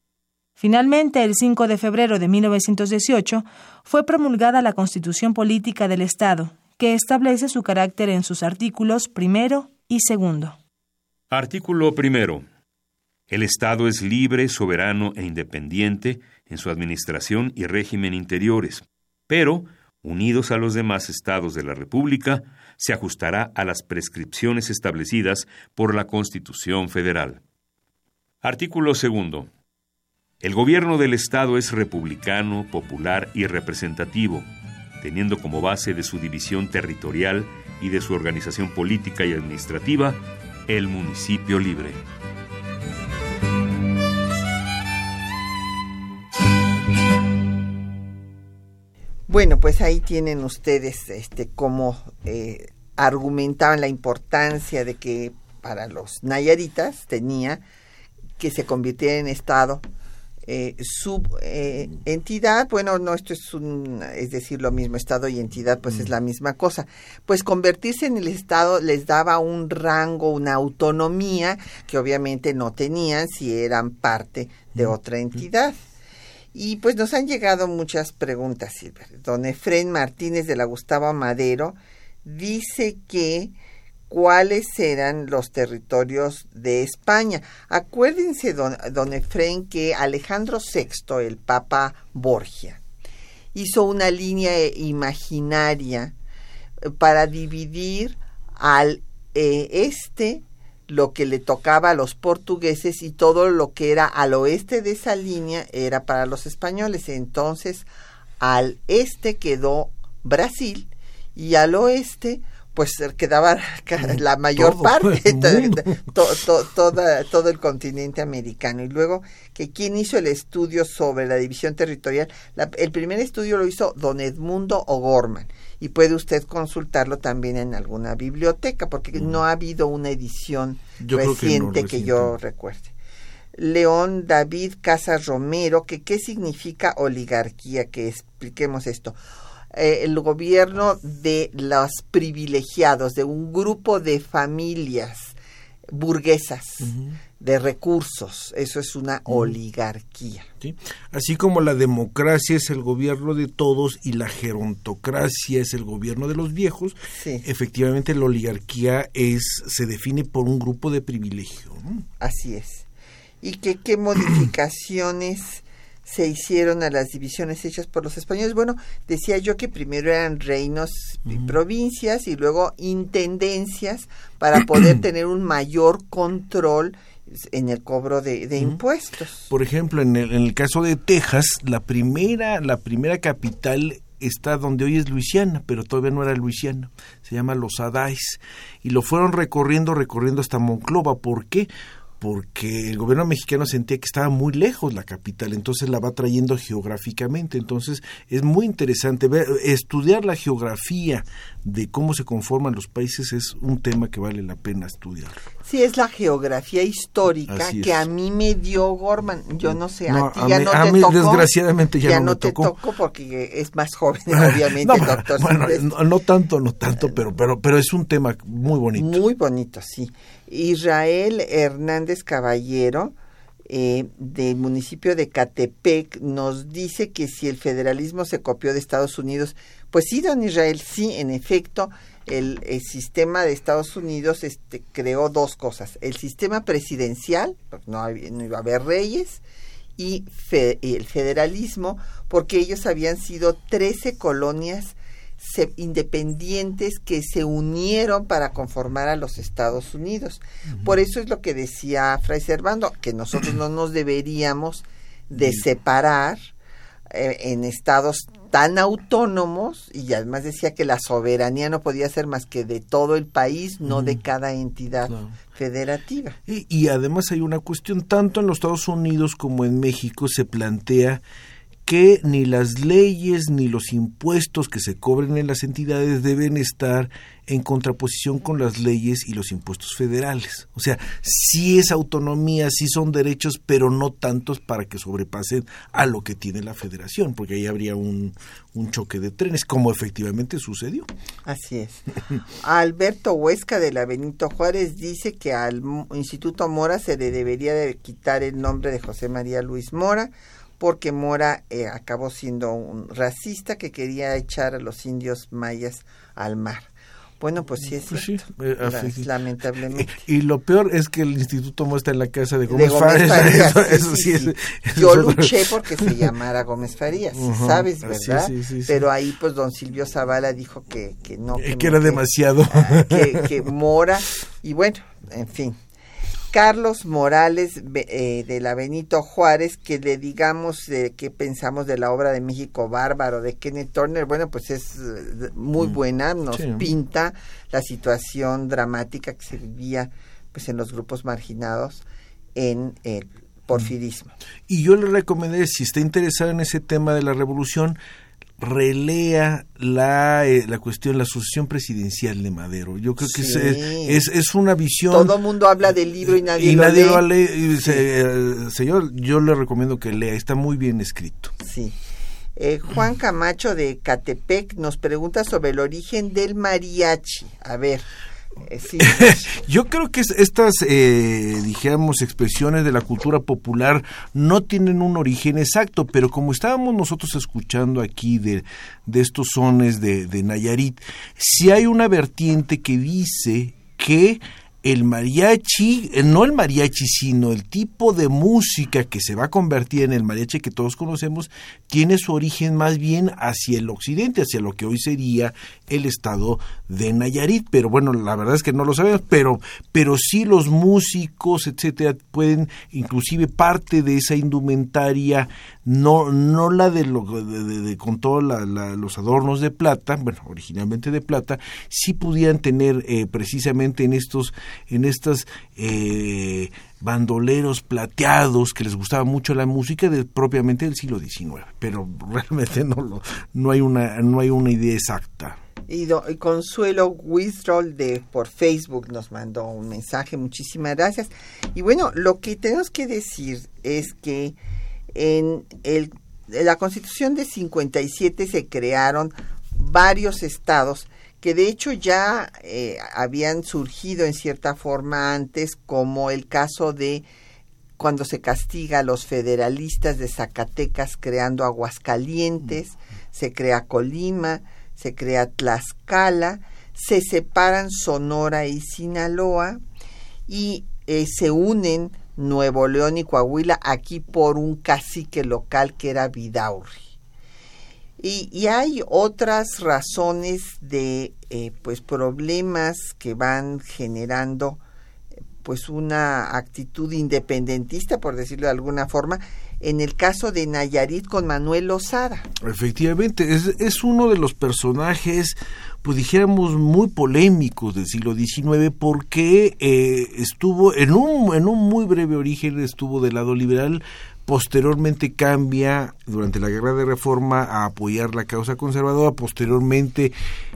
Finalmente, el cinco de febrero de mil novecientos dieciocho, fue promulgada la Constitución Política del Estado, que establece su carácter en sus artículos primero y segundo. Artículo primero. El Estado es libre, soberano e independiente en su administración y régimen interiores, pero, unidos a los demás estados de la República, se ajustará a las prescripciones establecidas por la Constitución Federal. Artículo segundo. El gobierno del Estado es republicano, popular y representativo, teniendo como base de su división territorial y de su organización política y administrativa el municipio libre. Bueno, pues ahí tienen ustedes este cómo eh, argumentaban la importancia de que para los nayaritas tenía que se convirtiera en Estado eh, su eh, entidad. Bueno, no, esto es un, es decir, lo mismo, Estado y entidad, pues mm. es la misma cosa. Pues convertirse en el Estado les daba un rango, una autonomía que obviamente no tenían si eran parte de otra entidad. Y pues nos han llegado muchas preguntas, Silvia. Don Efrén Martínez de la Gustavo Madero dice que cuáles eran los territorios de España. Acuérdense, don, don Efrén, que Alejandro sexto, el Papa Borgia, hizo una línea imaginaria para dividir al eh, este lo que le tocaba a los portugueses y todo lo que era al oeste de esa línea era para los españoles. Entonces, al este quedó Brasil y al oeste pues quedaba la mayor todo, parte, to, to, toda, todo el continente americano. Y luego, que ¿quién hizo el estudio sobre la división territorial? La, el primer estudio lo hizo don Edmundo O'Gorman, y puede usted consultarlo también en alguna biblioteca, porque mm. no ha habido una edición yo reciente que, no, que yo recuerde. León David Casas Romero, que ¿qué significa oligarquía? Que expliquemos esto. Eh, el gobierno de los privilegiados, de un grupo de familias burguesas, uh-huh. de recursos. Eso es una oligarquía. ¿Sí? Así como la democracia es el gobierno de todos y la gerontocracia es el gobierno de los viejos, sí. Efectivamente la oligarquía es se define por un grupo de privilegio, ¿no? Así es. ¿Y qué, qué modificaciones se hicieron a las divisiones hechas por los españoles? Bueno, decía yo que primero eran reinos y uh-huh. provincias y luego intendencias para poder tener un mayor control en el cobro de, de uh-huh. impuestos. Por ejemplo, en el, en el caso de Texas, la primera, la primera capital está donde hoy es Luisiana, pero todavía no era Luisiana, se llama Los Adais, y lo fueron recorriendo, recorriendo hasta Monclova. ¿Por qué? Porque el gobierno mexicano sentía que estaba muy lejos la capital, entonces la va trayendo geográficamente. Entonces es muy interesante ver, estudiar la geografía de cómo se conforman los países, es un tema que vale la pena estudiarlo. Sí, es la geografía histórica que a mí me dio Gorman. Yo no sé, no, a ti ya mí, no te a mí, tocó. Desgraciadamente ya, ya no, no me te tocó. tocó porque es más joven, obviamente, no, el doctor bueno, Silvestre. no, no tanto, no tanto, pero, pero, pero es un tema muy bonito. Muy bonito, sí. Israel Hernández Caballero, eh, del municipio de Catepec, nos dice que si el federalismo se copió de Estados Unidos, pues sí, don Israel, sí, en efecto, el, el sistema de Estados Unidos este, creó dos cosas: el sistema presidencial, porque no, había, no iba a haber reyes, y fe, el federalismo, porque ellos habían sido trece colonias Se, independientes que se unieron para conformar a los Estados Unidos. Uh-huh. Por eso es lo que decía Fray Servando, que nosotros no nos deberíamos de uh-huh. separar eh, en estados tan autónomos, y además decía que la soberanía no podía ser más que de todo el país, no uh-huh. de cada entidad claro. federativa. Y, y además hay una cuestión, tanto en los Estados Unidos como en México se plantea que ni las leyes ni los impuestos que se cobren en las entidades deben estar en contraposición con las leyes y los impuestos federales. O sea, sí es autonomía, sí son derechos, pero no tantos para que sobrepasen a lo que tiene la federación, porque ahí habría un, un choque de trenes, como efectivamente sucedió. Así es. Alberto Huesca de la Benito Juárez dice que al Instituto Mora se le debería de quitar el nombre de José María Luis Mora, porque Mora eh, acabó siendo un racista que quería echar a los indios mayas al mar. Bueno, pues sí es pues cierto, sí, eh, las, sí. lamentablemente. Y, y lo peor es que el instituto Mora está en la casa de Gómez, de Gómez Farías. Eso, sí, eso sí, sí, sí. Es, Yo eso luché es porque se llamara Gómez Farías, uh-huh, ¿sabes, verdad? Sí, sí, sí, Pero sí. ahí pues don Silvio Zavala dijo que, que no. Que, que, que era que, demasiado. Que, que Mora, y bueno, en fin. Carlos Morales eh, de la Benito Juárez, que le digamos eh, qué pensamos de la obra de México Bárbaro de Kenneth Turner. Bueno, pues es eh, muy buena, nos sí. pinta la situación dramática que se vivía pues en los grupos marginados en el porfirismo. Y yo le recomendé, si está interesado en ese tema de la revolución, relea la eh, la cuestión, la sucesión presidencial de Madero. Yo creo que sí. es, es es una visión. Todo el mundo habla del libro y nadie y lo nadie lee. Lo lee. Sí. Se, eh, señor, yo le recomiendo que lea, está muy bien escrito. Sí. Eh, Juan Camacho de Catepec nos pregunta sobre el origen del mariachi. A ver. Eh, sí. Yo creo que estas, eh, dijéramos, expresiones de la cultura popular no tienen un origen exacto, pero como estábamos nosotros escuchando aquí de, de estos sones de, de Nayarit, sí hay una vertiente que dice que el mariachi, no el mariachi, sino el tipo de música que se va a convertir en el mariachi que todos conocemos, tiene su origen más bien hacia el occidente, hacia lo que hoy sería el estado de Nayarit, pero bueno, la verdad es que no lo sabemos, pero, pero sí los músicos, etcétera, pueden, inclusive parte de esa indumentaria, no, no la de, lo, de, de, de con todos la, la, los adornos de plata, bueno, originalmente de plata, sí pudieran tener eh, precisamente en estos en estas eh, bandoleros plateados que les gustaba mucho la música de propiamente del siglo diecinueve, pero realmente no lo, no hay una no hay una idea exacta. Y, do, y Consuelo Withdrawal de por Facebook nos mandó un mensaje, muchísimas gracias. Y bueno, lo que tenemos que decir es que en el en la Constitución de cincuenta y siete se crearon varios estados que de hecho ya eh, habían surgido en cierta forma antes, como el caso de cuando se castiga a los federalistas de Zacatecas creando Aguascalientes, se crea Colima, se crea Tlaxcala, se separan Sonora y Sinaloa y eh, se unen Nuevo León y Coahuila aquí por un cacique local que era Vidaurri. Y, y hay otras razones de eh, pues problemas que van generando pues una actitud independentista, por decirlo de alguna forma, en el caso de Nayarit con Manuel Lozada. Efectivamente, es, es uno de los personajes, pues dijéramos, muy polémicos del siglo diecinueve, porque eh, estuvo en un, en un muy breve origen, estuvo del lado liberal. Posteriormente cambia durante la Guerra de Reforma a apoyar la causa conservadora, posteriormente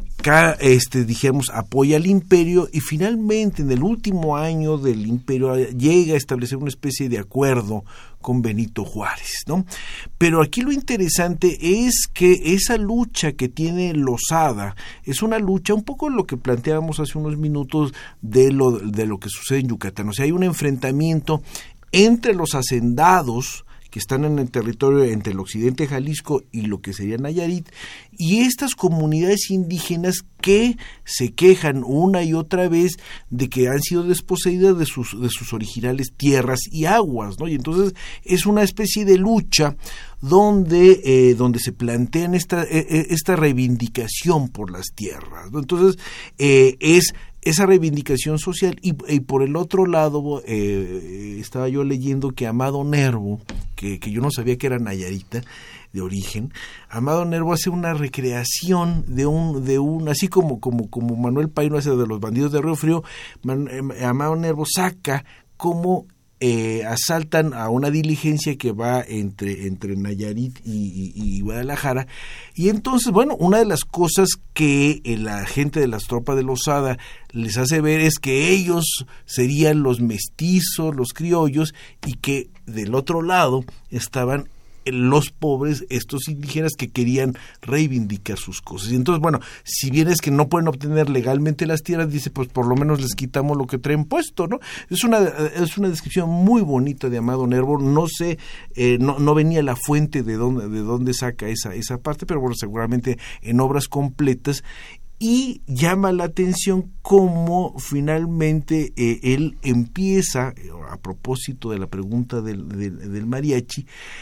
este dijimos apoya al imperio y finalmente en el último año del imperio llega a establecer una especie de acuerdo con Benito Juárez, ¿no? Pero aquí lo interesante es que esa lucha que tiene Lozada es una lucha un poco lo que planteábamos hace unos minutos de lo, de lo que sucede en Yucatán. O sea, hay un enfrentamiento entre los hacendados que están en el territorio entre el occidente de Jalisco y lo que sería Nayarit, y estas comunidades indígenas que se quejan una y otra vez de que han sido desposeídas de sus, de sus originales tierras y aguas, ¿no? Y entonces es una especie de lucha donde, eh, donde se plantean esta, eh, esta reivindicación por las tierras, ¿no? Entonces eh, es esa reivindicación social y, y por el otro lado eh, estaba yo leyendo que Amado Nervo, que, que yo no sabía que era nayarita de origen, Amado Nervo hace una recreación de un, de un así como, como, como Manuel Paino hace de los bandidos de Río Frío, Man, eh, Amado Nervo saca como Eh, asaltan a una diligencia que va entre, entre Nayarit y, y, y Guadalajara, y entonces, bueno, una de las cosas que la gente de las tropas de Lozada les hace ver es que ellos serían los mestizos, los criollos, y que del otro lado estaban los pobres, estos indígenas que querían reivindicar sus cosas. Y entonces, bueno, si bien es que no pueden obtener legalmente las tierras, dice, pues por lo menos les quitamos lo que traen puesto, ¿no? Es una es una descripción muy bonita de Amado Nervo. No sé, eh, no, no venía la fuente de dónde, de dónde saca esa, esa parte, pero bueno, seguramente en obras completas. Y llama la atención cómo finalmente eh, él empieza, a propósito de la pregunta del, del, del mariachi,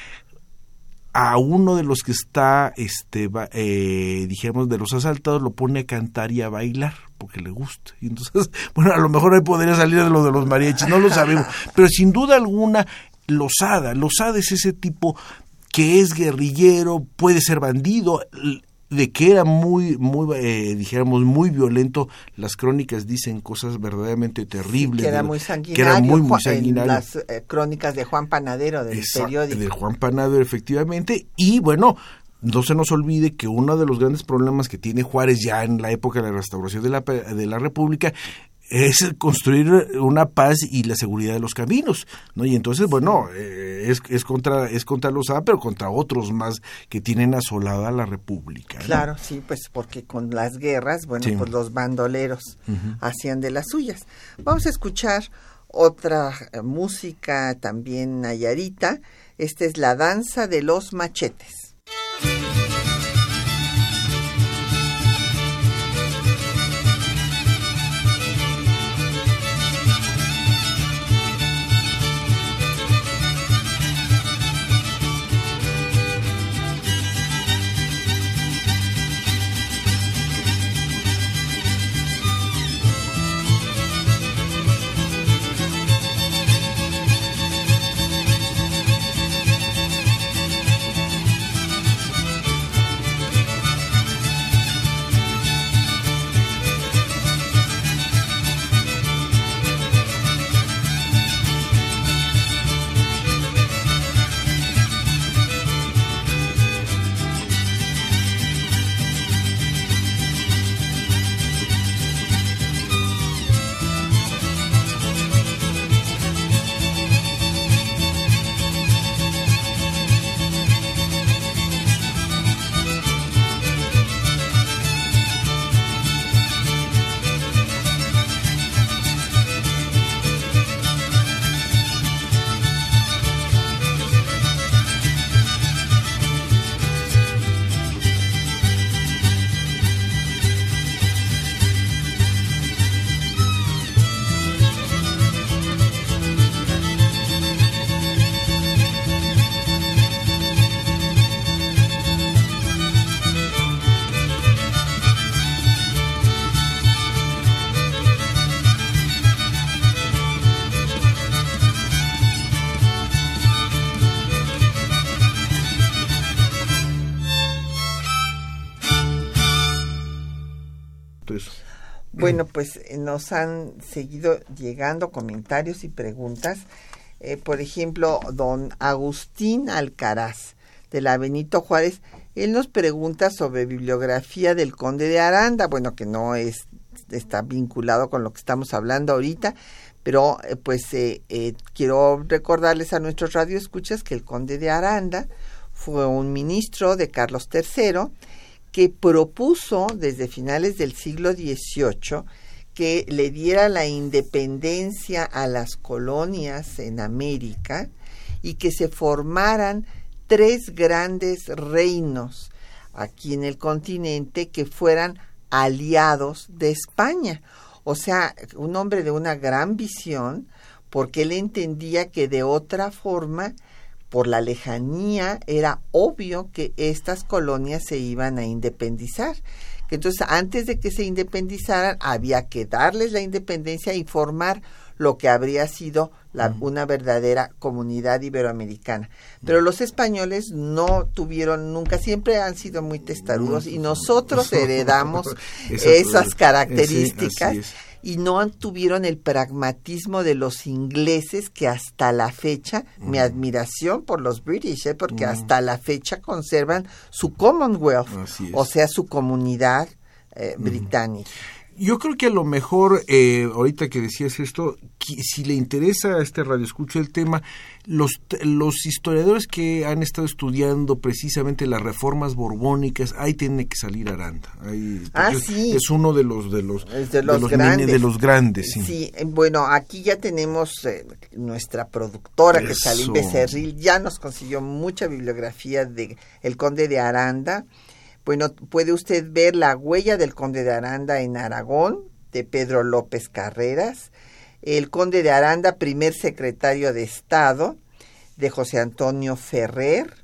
a uno de los que está, este, eh, dijéramos, de los asaltados, lo pone a cantar y a bailar, porque le gusta. Y entonces, bueno, a lo mejor ahí podría salir de lo de los mariachis, no lo sabemos. Pero sin duda alguna, Lozada, Lozada es ese tipo que es guerrillero, puede ser bandido, de que era muy, muy, eh, dijéramos, muy violento. Las crónicas dicen cosas verdaderamente terribles. Que era de, muy sanguinario. Que era muy, muy sanguinario. En las eh, crónicas de Juan Panadero, del Exacto, periódico. De Juan Panadero, efectivamente. Y bueno, no se nos olvide que uno de los grandes problemas que tiene Juárez ya en la época de la restauración de la, de la República es construir una paz y la seguridad de los caminos, ¿no? Y entonces, bueno, eh, es, es contra es contra Lozada, pero contra otros más que tienen asolada la República, ¿no? Claro, sí, pues porque con las guerras, bueno, sí, pues los bandoleros uh-huh. hacían de las suyas. Vamos a escuchar otra eh, música también nayarita. Esta es La Danza de los Machetes. visto eso? Bueno, pues nos han seguido llegando comentarios y preguntas. Eh, por ejemplo, don Agustín Alcaraz, de la Benito Juárez, él nos pregunta sobre bibliografía del Conde de Aranda, bueno, que no es está vinculado con lo que estamos hablando ahorita, pero eh, pues eh, eh, quiero recordarles a nuestros radioescuchas que el Conde de Aranda fue un ministro de Carlos tercero que propuso desde finales del siglo dieciocho que le diera la independencia a las colonias en América y que se formaran tres grandes reinos aquí en el continente que fueran aliados de España. O sea, un hombre de una gran visión, porque él entendía que de otra forma, por la lejanía, era obvio que estas colonias se iban a independizar. Que entonces, antes de que se independizaran, había que darles la independencia y formar lo que habría sido la, uh-huh. una verdadera comunidad iberoamericana. Pero los españoles no tuvieron nunca, siempre han sido muy testarudos, y nosotros heredamos esas características. Sí, y no tuvieron el pragmatismo de los ingleses, que hasta la fecha, uh-huh. mi admiración por los British, ¿eh? porque uh-huh. hasta la fecha conservan su Commonwealth, o sea, su comunidad eh, uh-huh. británica. Yo creo que a lo mejor, eh, ahorita que decías esto, que si le interesa a este radioescucho el tema, los, los historiadores que han estado estudiando precisamente las reformas borbónicas, ahí tiene que salir Aranda. Ahí, ah, sí. Es uno de los de los, de los, de los grandes. De los grandes sí. sí, bueno, aquí ya tenemos eh, nuestra productora, Eso. que es Salim Becerril, ya nos consiguió mucha bibliografía de el Conde de Aranda. Bueno, puede usted ver La huella del Conde de Aranda en Aragón, de Pedro López Carreras, El Conde de Aranda, primer secretario de Estado, de José Antonio Ferrer,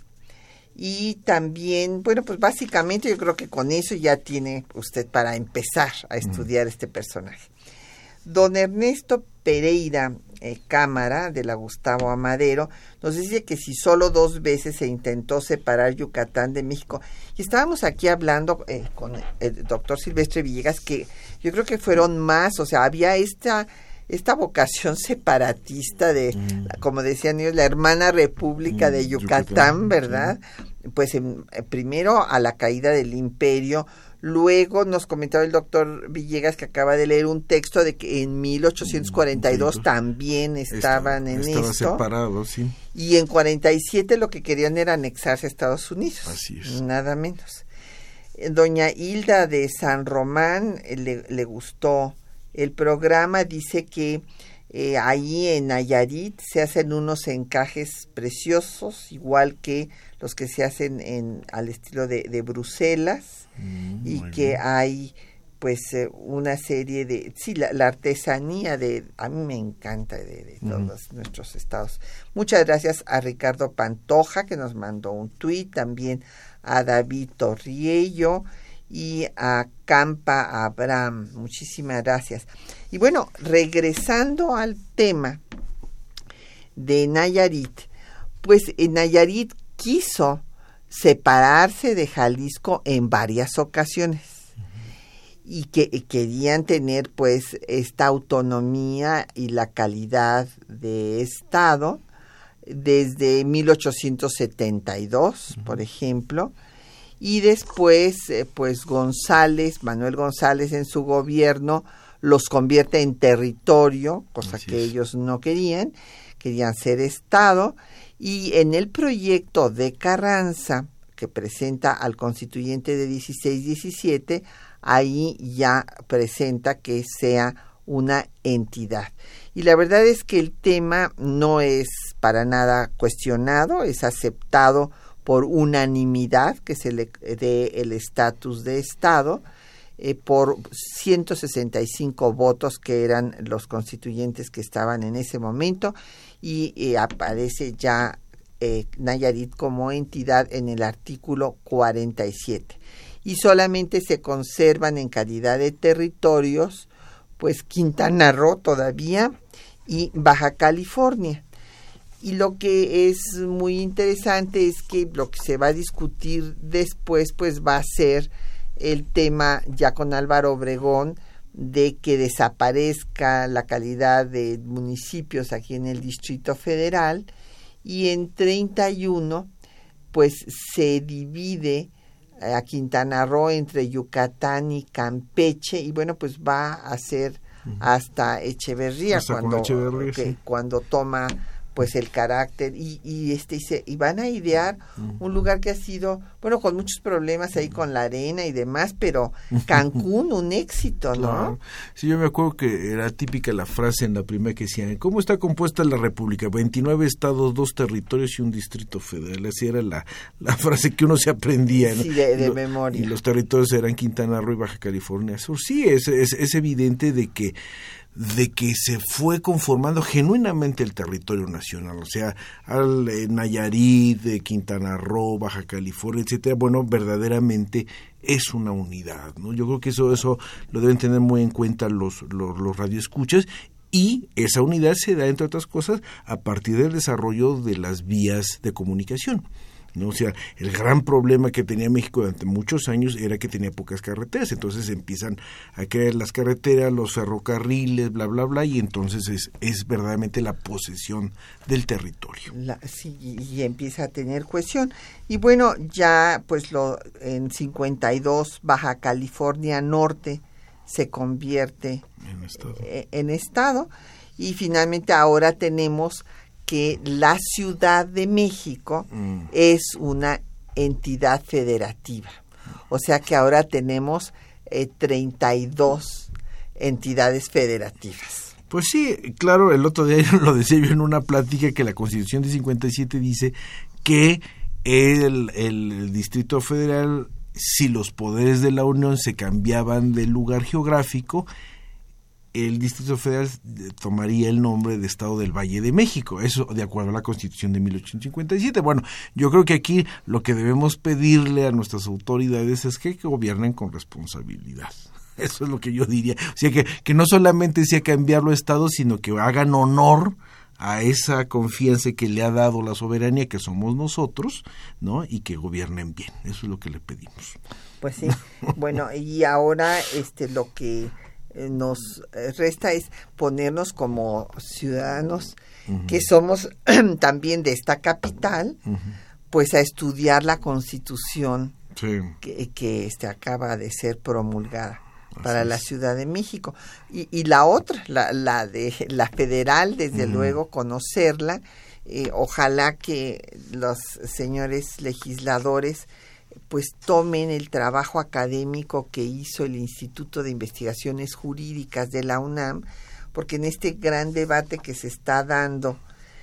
y también, bueno, pues básicamente yo creo que con eso ya tiene usted para empezar a estudiar mm. este personaje. Don Ernesto Pereira eh, Cámara, de la Gustavo Amadero, nos dice que si solo dos veces se intentó separar Yucatán de México. Y estábamos aquí hablando eh, con el doctor Silvestre Villegas, que yo creo que fueron más, o sea, había esta esta vocación separatista de, mm. como decían ellos, la hermana república mm, de Yucatán, Yucatán ¿verdad? Sí. Pues en, primero a la caída del imperio. Luego nos comentaba el doctor Villegas que acaba de leer un texto de que en mil ochocientos cuarenta y dos sí, también estaban Está, en estaba esto. separados, sí. Y en cuarenta y siete lo que querían era anexarse a Estados Unidos. Así es. Nada menos. Doña Hilda de San Román le, le gustó el programa, dice que eh, ahí en Nayarit se hacen unos encajes preciosos, igual que los que se hacen en al estilo de, de Bruselas, mm, y que bien. hay pues eh, una serie de, sí, la, la artesanía de, a mí me encanta de, de todos mm. nuestros estados. Muchas gracias a Ricardo Pantoja, que nos mandó un tuit, también a David Torriello y a Campa Abraham. Muchísimas gracias. Y bueno, regresando al tema de Nayarit, pues en Nayarit quiso separarse de Jalisco en varias ocasiones uh-huh. y que y querían tener pues esta autonomía y la calidad de Estado desde mil ochocientos setenta y dos, uh-huh. por ejemplo, y después eh, pues González, Manuel González en su gobierno los convierte en territorio, cosa Así que es. ellos no querían, querían ser Estado. Y en el proyecto de Carranza, que presenta al constituyente de dieciséis diecisiete, ahí ya presenta que sea una entidad. Y la verdad es que el tema no es para nada cuestionado, es aceptado por unanimidad que se le dé el estatus de Estado, eh, por ciento sesenta y cinco votos que eran los constituyentes que estaban en ese momento, y eh, aparece ya eh, Nayarit como entidad en el artículo cuarenta y siete. Y solamente se conservan en calidad de territorios, pues Quintana Roo todavía y Baja California. Y lo que es muy interesante es que lo que se va a discutir después, pues va a ser el tema ya con Álvaro Obregón de que desaparezca la calidad de municipios aquí en el Distrito Federal, y en treinta y uno pues se divide a Quintana Roo entre Yucatán y Campeche, y bueno, pues va a ser hasta Echeverría, hasta cuando, Echeverría, que, sí. cuando toma pues el carácter y, y este y, se, y van a idear uh-huh. un lugar que ha sido, bueno, con muchos problemas ahí con la arena y demás, pero Cancún un éxito, ¿no? Claro. Sí, yo me acuerdo que era típica la frase en la primera que decían, ¿cómo está compuesta la República? veintinueve estados, dos territorios y un distrito federal. Así era la, la frase que uno se aprendía, ¿no? Sí, de, de Lo, memoria. Y los territorios eran Quintana Roo y Baja California Sur. Sí, es, es, es evidente de que de que se fue conformando genuinamente el territorio nacional, o sea, al eh, Nayarit, de Quintana Roo, Baja California, etcétera. Bueno, verdaderamente es una unidad, ¿no? Yo creo que eso eso lo deben tener muy en cuenta los los, los radioescuchas, y esa unidad se da, entre otras cosas, a partir del desarrollo de las vías de comunicación, ¿no? O sea, el gran problema que tenía México durante muchos años era que tenía pocas carreteras, entonces empiezan a crear las carreteras, los ferrocarriles, bla, bla, bla, y entonces es, es verdaderamente la posesión del territorio. La, sí, y empieza a tener cohesión. Y bueno, ya pues lo en cincuenta y dos Baja California Norte se convierte en estado. Eh, en estado, y finalmente ahora tenemos que la Ciudad de México mm. es una entidad federativa. O sea que ahora tenemos eh, treinta y dos entidades federativas. Pues sí, claro, el otro día lo decía yo en una plática que la Constitución de cincuenta y siete dice que el, el Distrito Federal, si los poderes de la Unión se cambiaban de lugar geográfico, el Distrito Federal tomaría el nombre de Estado del Valle de México, eso de acuerdo a la Constitución de mil ochocientos cincuenta y siete. Bueno, yo creo que aquí lo que debemos pedirle a nuestras autoridades es que, que gobiernen con responsabilidad. Eso es lo que yo diría. O sea, que, que no solamente sea cambiarlo a Estado, sino que hagan honor a esa confianza que le ha dado la soberanía, que somos nosotros, ¿no? Y que gobiernen bien. Eso es lo que le pedimos. Pues sí. Bueno, y ahora este lo que nos resta es ponernos como ciudadanos uh-huh. que somos también de esta capital, uh-huh. pues a estudiar la Constitución sí. que, que este acaba de ser promulgada Así para es. La Ciudad de México, y, y la otra, la, la de la federal, desde uh-huh. luego conocerla. Eh, ojalá que los señores legisladores pues tomen el trabajo académico que hizo el Instituto de Investigaciones Jurídicas de la UNAM, porque en este gran debate que se está dando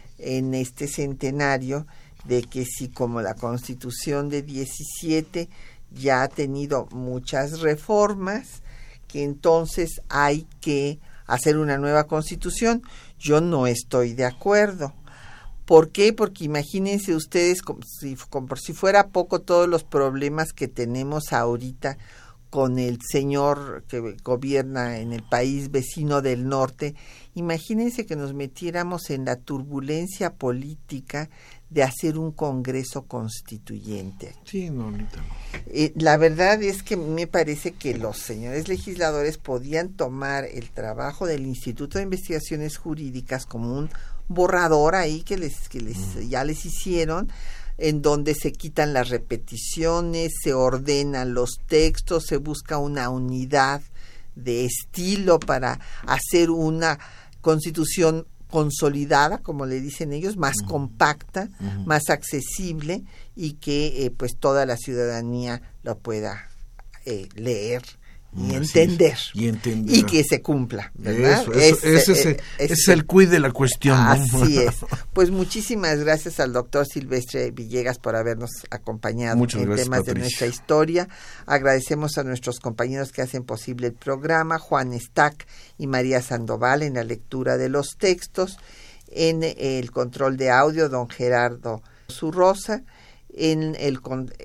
en este centenario, de que si como la Constitución de diecisiete ya ha tenido muchas reformas, que entonces hay que hacer una nueva Constitución, yo no estoy de acuerdo. ¿Por qué? Porque imagínense ustedes, como si, como por si fuera poco, todos los problemas que tenemos ahorita con el señor que gobierna en el país vecino del norte. Imagínense que nos metiéramos en la turbulencia política de hacer un Congreso Constituyente. Sí, no, ahorita no. Eh, la verdad es que me parece que los señores legisladores podían tomar el trabajo del Instituto de Investigaciones Jurídicas como un borrador ahí que les que les mm. ya les hicieron, en donde se quitan las repeticiones, se ordenan los textos, se busca una unidad de estilo para hacer una Constitución consolidada, como le dicen ellos, más uh-huh. compacta, uh-huh. más accesible, y que eh, pues toda la ciudadanía lo pueda eh, leer y entender, y entender y que se cumpla, ¿verdad? Eso, eso, es, ese es, es, es, es el quid de la cuestión, ¿no? Así es. Pues muchísimas gracias al doctor Silvestre Villegas por habernos acompañado Muchas en gracias, temas Patricia. de nuestra historia. Agradecemos a nuestros compañeros que hacen posible el programa, Juan Stack y María Sandoval en la lectura de los textos, en el control de audio, don Gerardo Zurrosa, en el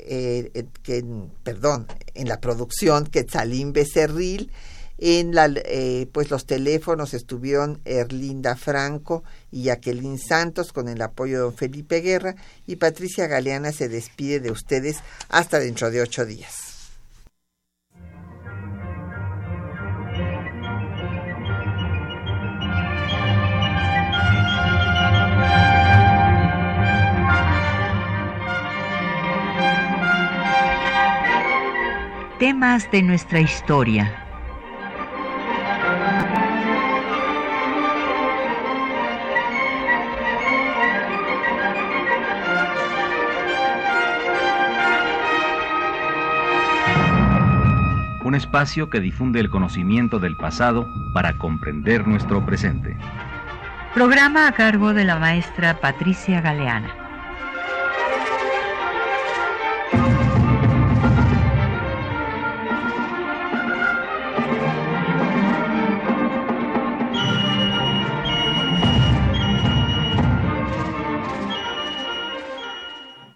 eh, que, perdón, en la producción Quetzalín Becerril, en la eh, pues los teléfonos estuvieron Erlinda Franco y Jacqueline Santos con el apoyo de don Felipe Guerra, y Patricia Galeana se despide de ustedes hasta dentro de ocho días. temas de nuestra historia. Un espacio que difunde el conocimiento del pasado para comprender nuestro presente. Programa a cargo de la maestra Patricia Galeana.